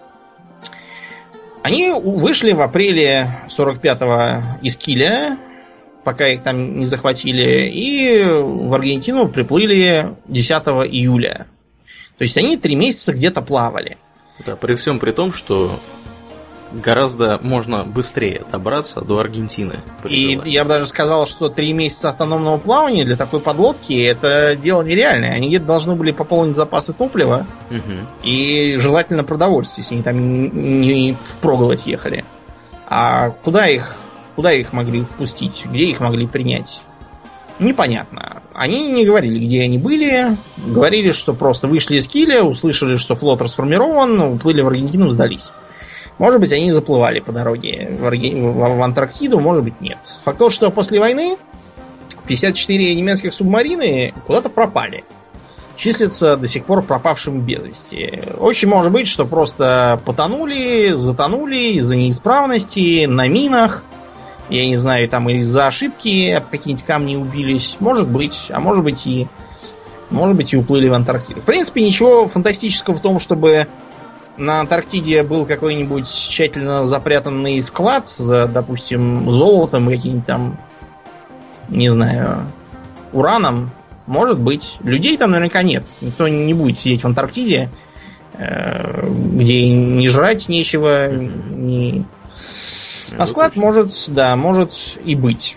они вышли в апреле сорок пятого из Киля, пока их там не захватили, и в Аргентину приплыли десятого июля. То есть они три месяца где-то плавали. Да, при всем при том, что гораздо можно быстрее добраться до Аргентины. И я бы даже сказал, что три месяца автономного плавания для такой подлодки это дело нереальное. Они где-то должны были пополнить запасы топлива угу. и желательно продовольствие, если они там не впроголодь ехали. А куда их, куда их могли впустить? Где их могли принять? Непонятно. Они не говорили, где они были. Говорили, что просто вышли из киля, услышали, что флот расформирован, уплыли в Аргентину, сдались. Может быть, они заплывали по дороге в, Арги... в Антарктиду, может быть, нет. Факт то, что после войны пятьдесят четыре немецких субмарины куда-то пропали. Числятся до сих пор пропавшими без вести. Очень может быть, что просто потонули, затонули из-за неисправности, на минах. Я не знаю, там из-за ошибки об какие-нибудь камни убились. Может быть, а может быть и... Может быть и уплыли в Антарктиду. В принципе, ничего фантастического в том, чтобы на Антарктиде был какой-нибудь тщательно запрятанный склад за, допустим, золотом и каким-нибудь там, не знаю, ураном. Может быть. Людей там наверняка нет. Никто не будет сидеть в Антарктиде, где ни жрать нечего, ни... А склад может, да, может и быть.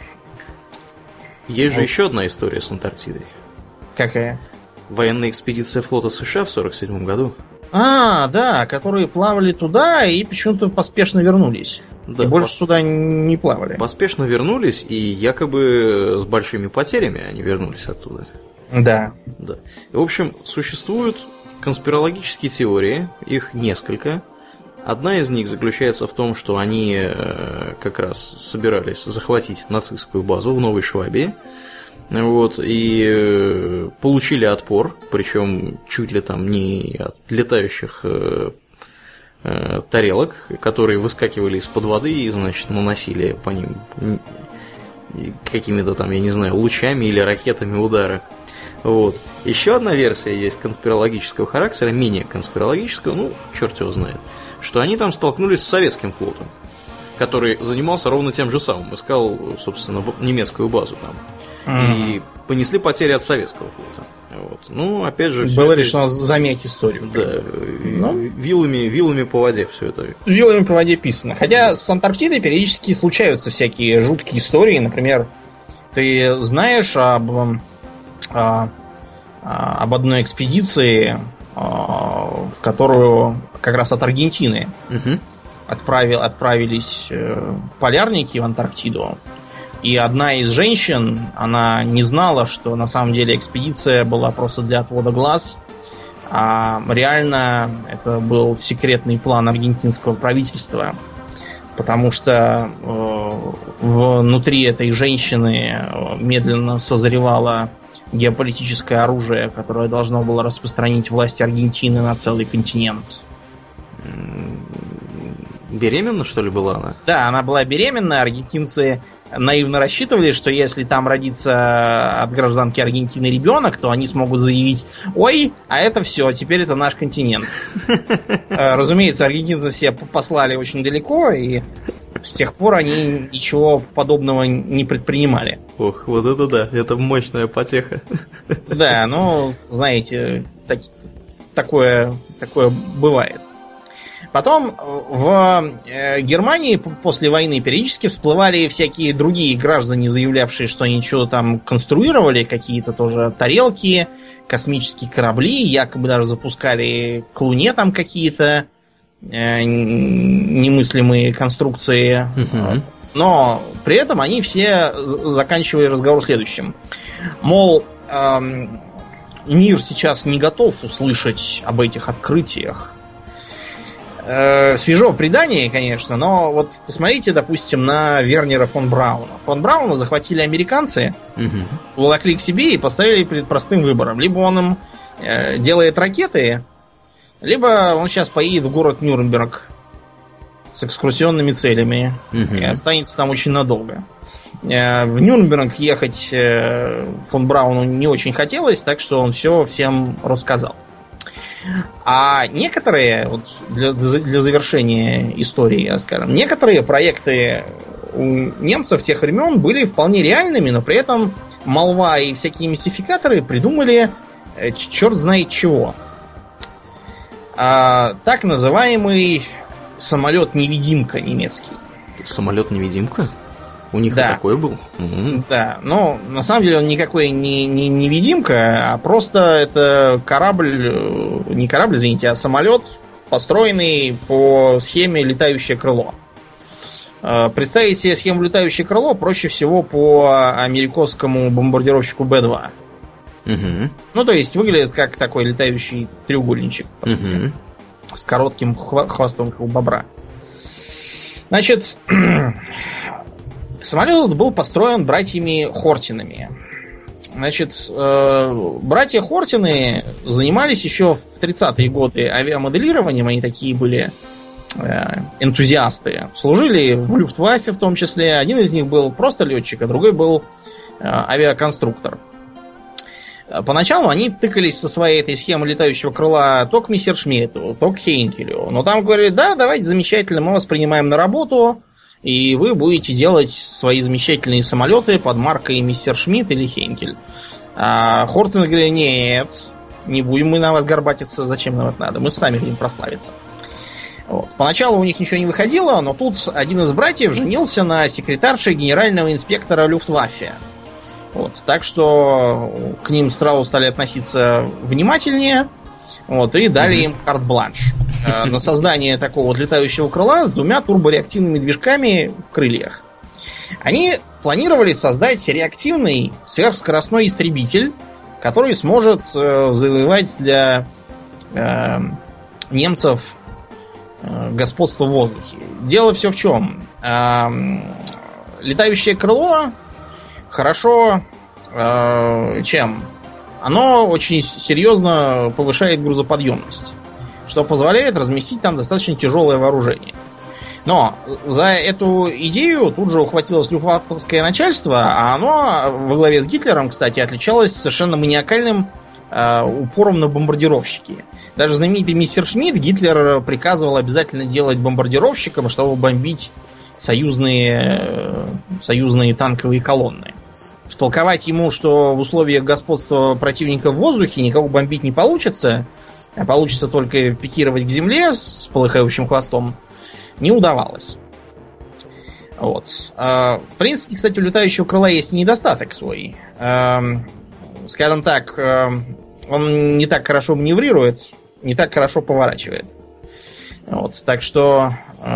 Есть же еще одна история с Антарктидой. Какая? Военная экспедиция флота США в сорок седьмом году. А, да, которые плавали туда и почему-то поспешно вернулись. Да, и больше пос... туда не плавали. Поспешно вернулись, и якобы с большими потерями они вернулись оттуда. Да. Да. И, в общем, существуют конспирологические теории, их несколько. Одна из них заключается в том, что они э, как раз собирались захватить нацистскую базу в Новой Швабии. Вот, и э, получили отпор, причем чуть ли там не от летающих э, э, тарелок, которые выскакивали из-под воды и, значит, наносили по ним какими-то там, я не знаю, лучами или ракетами удары. Вот. Еще одна версия есть конспирологического характера, менее конспирологического, ну, черт его знает, что они там столкнулись с советским флотом, который занимался ровно тем же самым, искал, собственно, немецкую базу там. Mm. И понесли потери от советского флота. Вот. Ну, опять же, было это... решено замять историю. Да, ну? вилами, вилами по воде все это. Вилами по воде писано. Хотя с Антарктидой периодически случаются всякие жуткие истории. Например, ты знаешь об, об одной экспедиции, в которую как раз от Аргентины mm-hmm. отправил, отправились полярники в Антарктиду. И одна из женщин, она не знала, что на самом деле экспедиция была просто для отвода глаз, а реально это был секретный план аргентинского правительства, потому что э, внутри этой женщины медленно созревало геополитическое оружие, которое должно было распространить власть Аргентины на целый континент. Беременна, что ли, была она? Да, она была беременна. Аргентинцы наивно рассчитывали, что если там родится от гражданки Аргентины ребенок, то они смогут заявить: ой, а это все, теперь это наш континент. Разумеется, аргентинцы все послали очень далеко, и с тех пор они ничего подобного не предпринимали. Ох, вот это да, это мощная потеха. Да, ну, знаете, так, такое, такое бывает. Потом в Германии после войны периодически всплывали всякие другие граждане, заявлявшие, что они что-то там конструировали, какие-то тоже тарелки, космические корабли, якобы даже запускали к Луне там какие-то э, немыслимые конструкции. Uh-huh. Но при этом они все заканчивали разговор следующим. Мол, э, мир сейчас не готов услышать об этих открытиях. Свежо предание, конечно, но вот посмотрите, допустим, на Вернера фон Брауна. Фон Брауна захватили американцы, угу. волокли к себе и поставили перед простым выбором. Либо он им э, делает ракеты, либо он сейчас поедет в город Нюрнберг с экскурсионными целями угу. и останется там очень надолго. Э, в Нюрнберг ехать э, фон Брауну не очень хотелось, так что он все всем рассказал. А некоторые, вот для, для завершения истории, скажем, некоторые проекты у немцев тех времен были вполне реальными, но при этом молва и всякие мистификаторы придумали черт знает чего. а, так называемый самолет-невидимка немецкий. Самолет-невидимка? У них да. и такой был? Mm-hmm. Да, но на самом деле он никакой не, не невидимка, а просто это корабль, не корабль, извините, а самолет, построенный по схеме летающее крыло. Представить себе схему летающее крыло проще всего по американскому бомбардировщику Бэ два. Mm-hmm. Ну, то есть выглядит как такой летающий треугольничек. Mm-hmm. С коротким хвостом, как у бобра. Значит, самолет был построен братьями Хортинами. Значит, э, братья Хортины занимались еще в тридцатые годы авиамоделированием. Они такие были э, энтузиасты. Служили в Люфтваффе в том числе. Один из них был просто летчик, а другой был э, авиаконструктор. Поначалу они тыкались со своей этой схемой летающего крыла то к Мессершмитту, то к Хейнкелю. Но там говорили, да, давайте, замечательно, мы вас принимаем на работу, и вы будете делать свои замечательные самолеты под маркой Мессершмитт или Хейнкель. А Хортон говорит, нет, не будем мы на вас горбатиться, зачем нам это надо, мы сами хотим прославиться. Вот. Поначалу у них ничего не выходило, но тут один из братьев женился на секретарше генерального инспектора Люфтваффе. Вот, так что к ним сразу стали относиться внимательнее, вот, и дали им карт-бланш э, на создание такого вот летающего крыла с двумя турбореактивными движками в крыльях. Они планировали создать реактивный сверхскоростной истребитель, который сможет э, завоевать для э, немцев э, господство в воздухе. Дело все в чем. Э, летающее крыло хорошо э, чем? Оно очень серьезно повышает грузоподъемность, что позволяет разместить там достаточно тяжелое вооружение. Но за эту идею тут же ухватилось люфтваффовское начальство, а оно во главе с Гитлером, кстати, отличалось совершенно маниакальным э, упором на бомбардировщики. Даже знаменитый Мессершмитт Гитлер приказывал обязательно делать бомбардировщиком, чтобы бомбить союзные, союзные танковые колонны. Втолковать ему, что в условиях господства противника в воздухе никого бомбить не получится, а получится только пикировать к земле с полыхающим хвостом, не удавалось. Вот. В принципе, кстати, у летающего крыла есть недостаток свой. Скажем так, он не так хорошо маневрирует, не так хорошо поворачивает. Вот. Так что...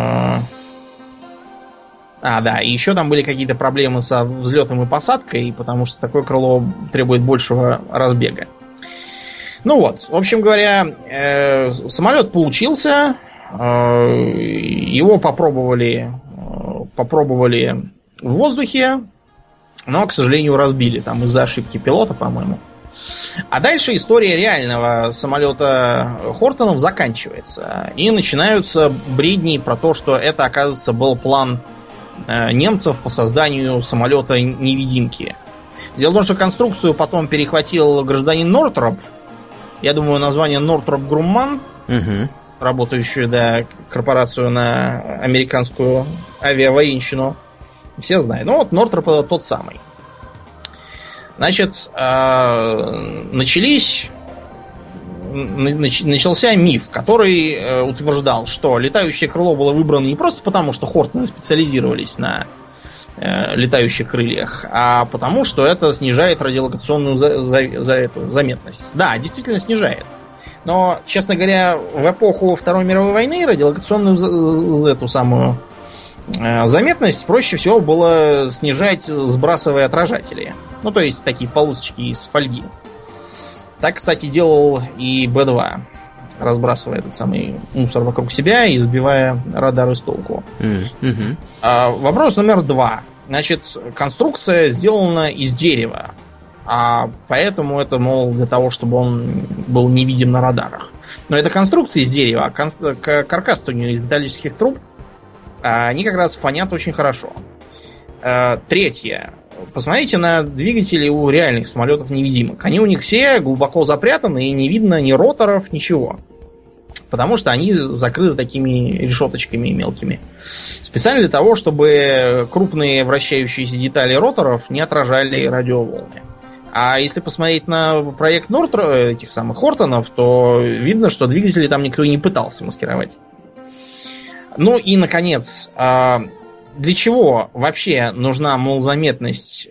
А, да, и еще там были какие-то проблемы со взлетом и посадкой, потому что такое крыло требует большего разбега. Ну вот, в общем говоря, э, самолет получился, э, его попробовали, э, попробовали в воздухе, но, к сожалению, разбили там из-за ошибки пилота, по-моему. А дальше история реального самолета Хортонов заканчивается, и начинаются бредни про то, что это, оказывается, был план немцев по созданию самолета-невидимки. Дело в том, что конструкцию потом перехватил гражданин Нортроп. Я думаю, название Нортроп Грумман, угу. работающую, да, корпорацию на американскую авиавоенщину. Все знают. Ну вот Нортроп это тот самый. Значит, начались начался миф, который э, утверждал, что летающее крыло было выбрано не просто потому, что Хортоны специализировались на э, летающих крыльях, а потому, что это снижает радиолокационную за, за, за эту заметность. Да, действительно снижает. Но, честно говоря, в эпоху Второй мировой войны радиолокационную за, эту самую э, заметность проще всего было снижать, сбрасывая отражатели. Ну, то есть такие полосочки из фольги. Так, кстати, делал и Бэ два, разбрасывая этот самый мусор вокруг себя и сбивая радары с толку. Mm-hmm. А, вопрос номер два. Значит, конструкция сделана из дерева, а поэтому это, мол, для того, чтобы он был невидим на радарах. Но это конструкция из дерева, а кон- каркас-то у нее из металлических труб, а они как раз фонят очень хорошо. А, третье. Посмотрите на двигатели у реальных самолетов-невидимок. Они у них все глубоко запрятаны, и не видно ни роторов, ничего. Потому что они закрыты такими решеточками мелкими. Специально для того, чтобы крупные вращающиеся детали роторов не отражали радиоволны. А если посмотреть на проект Нортро, этих самых Хортонов, то видно, что двигатели там никто и не пытался маскировать. Ну и, наконец, для чего вообще нужна малозаметность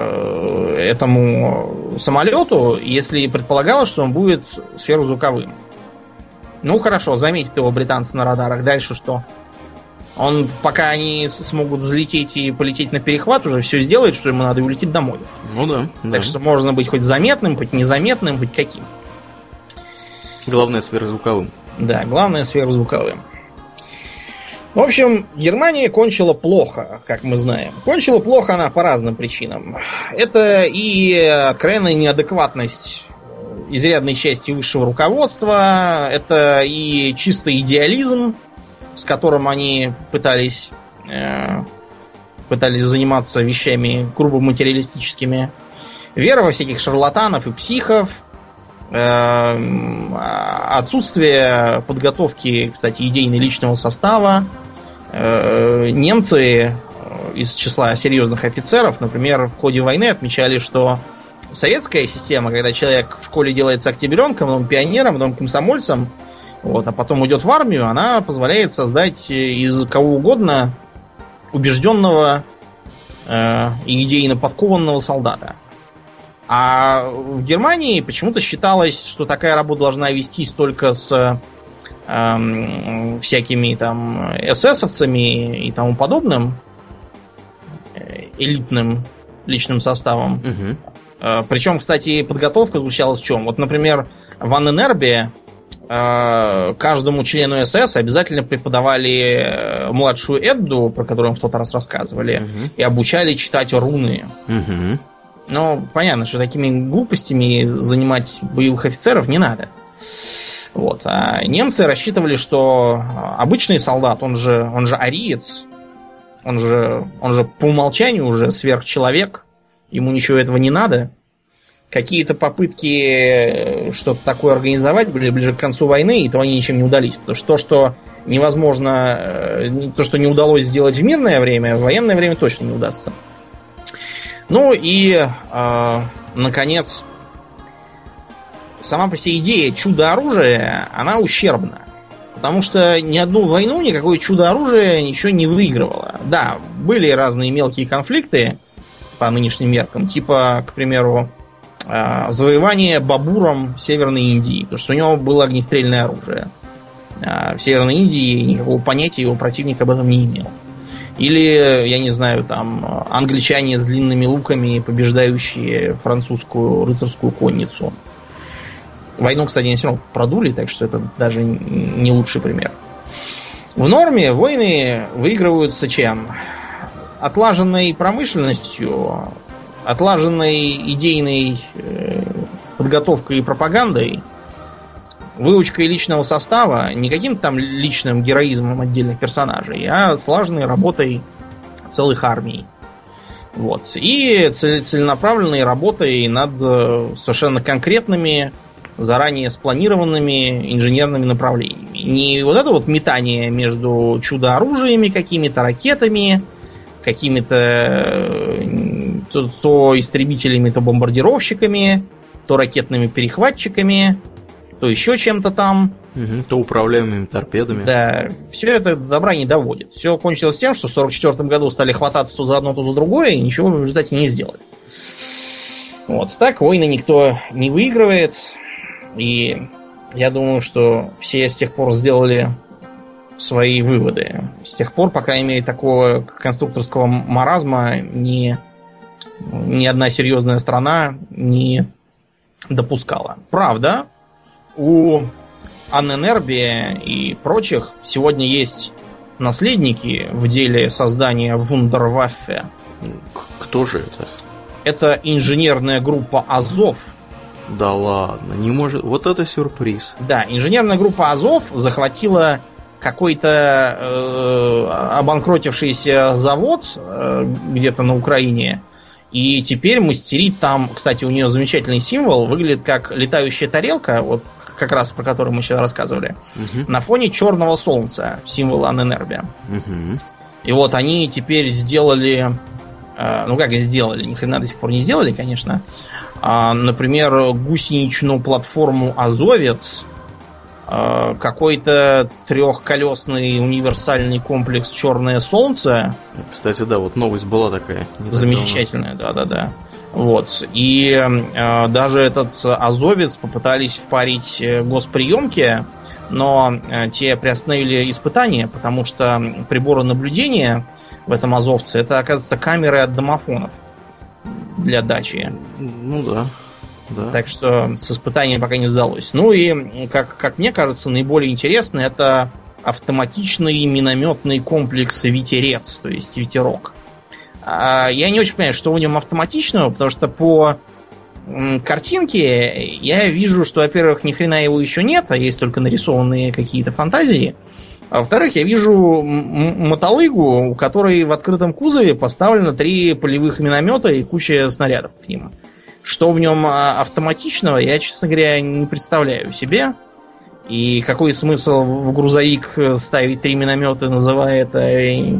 этому самолету, если предполагалось, что он будет сверхзвуковым? Ну хорошо, заметят его британцы на радарах. Дальше что? Он, пока они смогут взлететь и полететь на перехват, уже все сделает, что ему надо, и улетит домой. Ну да. Так да. что можно быть хоть заметным, хоть незаметным, хоть каким. Главное сверхзвуковым. Да, главное сверхзвуковым. В общем, Германия кончила плохо, как мы знаем. Кончила плохо она по разным причинам. Это и откровенная неадекватность изрядной части высшего руководства, это и чистый идеализм, с которым они пытались, э, пытались заниматься вещами грубо материалистическими, вера во всяких шарлатанов и психов, э, отсутствие подготовки, кстати, идейной личного состава. Э, немцы из числа серьезных офицеров, например, в ходе войны отмечали, что советская система, когда человек в школе делается октябренком, потом пионером, потом комсомольцем, вот, а потом идет в армию, она позволяет создать из кого угодно убежденного э, и идейно подкованного солдата. А в Германии почему-то считалось, что такая работа должна вестись только с э, всякими там эсэсовцами и тому подобным элитным личным составом. Угу. Э, причем, кстати, подготовка заключалась в чем? Вот, например, в Анненербе каждому члену СС обязательно преподавали младшую Эдду, про которую мы в тот раз рассказывали, uh-huh. и обучали читать руны. Uh-huh. Ну, понятно, что такими глупостями занимать боевых офицеров не надо. Вот. А немцы рассчитывали, что обычный солдат, он же, он же ариец, он же, он же по умолчанию уже сверхчеловек, ему ничего этого не надо. Какие-то попытки что-то такое организовать были ближе к концу войны, и то они ничем не удались. Потому что то, что невозможно, то, что не удалось сделать в мирное время, в военное время точно не удастся. Ну и, э, наконец, сама по себе идея чудо-оружия, она ущербна. Потому что ни одну войну никакое чудо-оружие ничего не выигрывало. Да, были разные мелкие конфликты по нынешним меркам, типа, к примеру, завоевание Бабуром Северной Индии, потому что у него было огнестрельное оружие. А в Северной Индии никакого понятия его противник об этом не имел. Или, я не знаю, там, англичане с длинными луками, побеждающие французскую рыцарскую конницу. Войну, кстати, они все равно продули, так что это даже не лучший пример. В норме войны выигрываются чем? Отлаженной промышленностью, отлаженной идейной э, подготовкой и пропагандой, выучкой личного состава, не каким-то там личным героизмом отдельных персонажей, а слаженной работой целых армий. Вот. И целенаправленной работой над совершенно конкретными, заранее спланированными инженерными направлениями. Не вот это вот метание между чудо-оружиями какими-то, ракетами, какими-то то, то истребителями, то бомбардировщиками, то ракетными перехватчиками, то еще чем-то там. Угу, то управляемыми торпедами. Да, все это до добра не доводит. Все кончилось тем, что в сорок четвёртом году стали хвататься то за одно, то за другое, и ничего в результате не сделали. Вот, так войны никто не выигрывает. И я думаю, что все с тех пор сделали свои выводы. С тех пор, по крайней мере, такого конструкторского маразма ни, ни одна серьезная страна не допускала. Правда, у Анненербе и прочих сегодня есть наследники в деле создания Вундерваффе. Кто же это? Это инженерная группа Азов. Да ладно, не может. Вот это сюрприз. Да, инженерная группа Азов захватила какой-то э, обанкротившийся завод э, где-то на Украине. И теперь мастерит там, кстати, у нее замечательный символ, выглядит как летающая тарелка, вот как раз про которую мы сейчас рассказывали, угу. на фоне черного солнца, символ Анненербе. Угу. И вот они теперь сделали Ну, как сделали? Ни хрена до сих пор не сделали, конечно. Например, гусеничную платформу «Азовец», какой-то трехколесный универсальный комплекс «Черное солнце». Кстати, да, вот новость была такая. Замечательная, да-да-да. Вот. И э, даже этот «Азовец» попытались впарить госприемки, но э, те приостановили испытания, потому что приборы наблюдения в этом «Азовце» — это, оказывается, камеры от домофонов для дачи. Ну да. Да. Так что с испытанием пока не сдалось. Ну и, как, как мне кажется, наиболее интересный — это автоматичный минометный комплекс «Ветерец», то есть «Ветерок». А я не очень понимаю, что в нем автоматичного, потому что по м, картинке я вижу, что, во-первых, ни хрена его еще нет, а есть только нарисованные какие-то фантазии. А во-вторых, я вижу м- мотолыгу, у которой в открытом кузове поставлено три полевых миномета и куча снарядов к ним. Что в нем автоматичного, я, честно говоря, не представляю себе. И какой смысл в грузовик ставить три миномета, называя это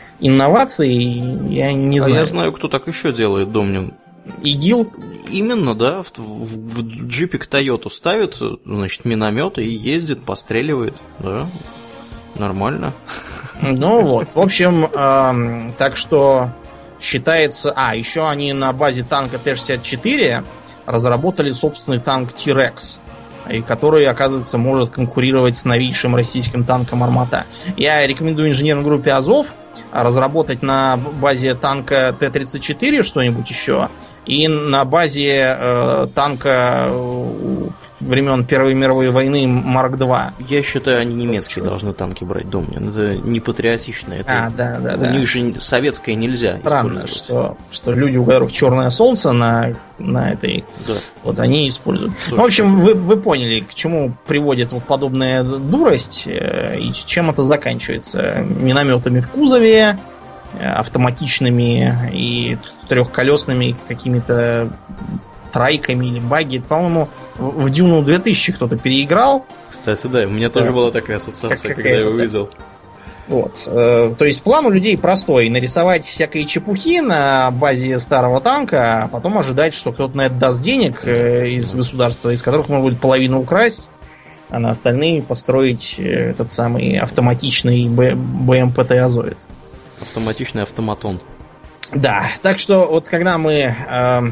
инновацией, я не знаю. А я знаю, кто так еще делает, Домнин. ИГИЛ? Именно, да. В, в, в джипик Тойоту ставит, значит, миномет и ездит, постреливает. Да, нормально. Ну вот, в общем, э, так что... Считается... А, еще они на базе танка Т шестьдесят четыре разработали собственный танк T-Rex, который, оказывается, может конкурировать с новейшим российским танком «Армата». Я рекомендую инженерной группе «Азов» разработать на базе танка Т тридцать четыре что-нибудь еще, и на базе э, танка э, времен Первой мировой войны Марк два. Я считаю, они немецкие должны танки брать, Домнин. Это не патриотично. Это... А, да, да, У да. них же советское нельзя Странно, использовать. что, что люди, у которых черное солнце на, на этой, да. вот они используют. Точно. Ну, в общем, вы, вы поняли, к чему приводит вот подобная дурость э, и чем это заканчивается. Минометами в кузове, э, автоматичными и трехколесными какими-то трайками или баги. По-моему, в, в Дюну две тысячи кто-то переиграл. Кстати, да, у меня да. тоже была такая ассоциация, как, когда я его да. видел. Вот. Э, то есть план у людей простой. Нарисовать всякие чепухи на базе старого танка, а потом ожидать, что кто-то на это даст денег э, из государства, из которых можно будет половину украсть, а на остальные построить э, этот самый автоматичный БМПТ «Азовец». Автоматичный автоматон. Да, так что вот когда мы э,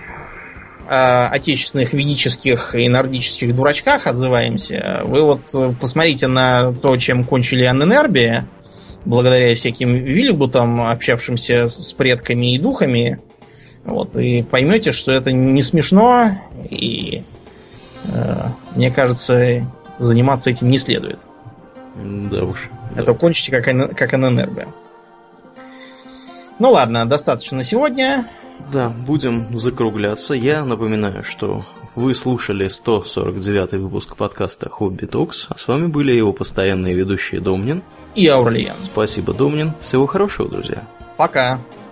о отечественных ведических и нордических дурачках отзываемся, вы вот посмотрите на то, чем кончили Анненерби, благодаря всяким вильгутам, общавшимся с предками и духами, вот, и поймете, что это не смешно, и э, мне кажется, заниматься этим не следует. Да уж. А да. то кончите как, как Анненерби. Ну ладно, достаточно на сегодня. Да, будем закругляться. Я напоминаю, что вы слушали сто сорок девятый выпуск подкаста Hobby Talks, а с вами были его постоянные ведущие Домнин и Аурлиен. Спасибо, Домнин. Всего хорошего, друзья. Пока.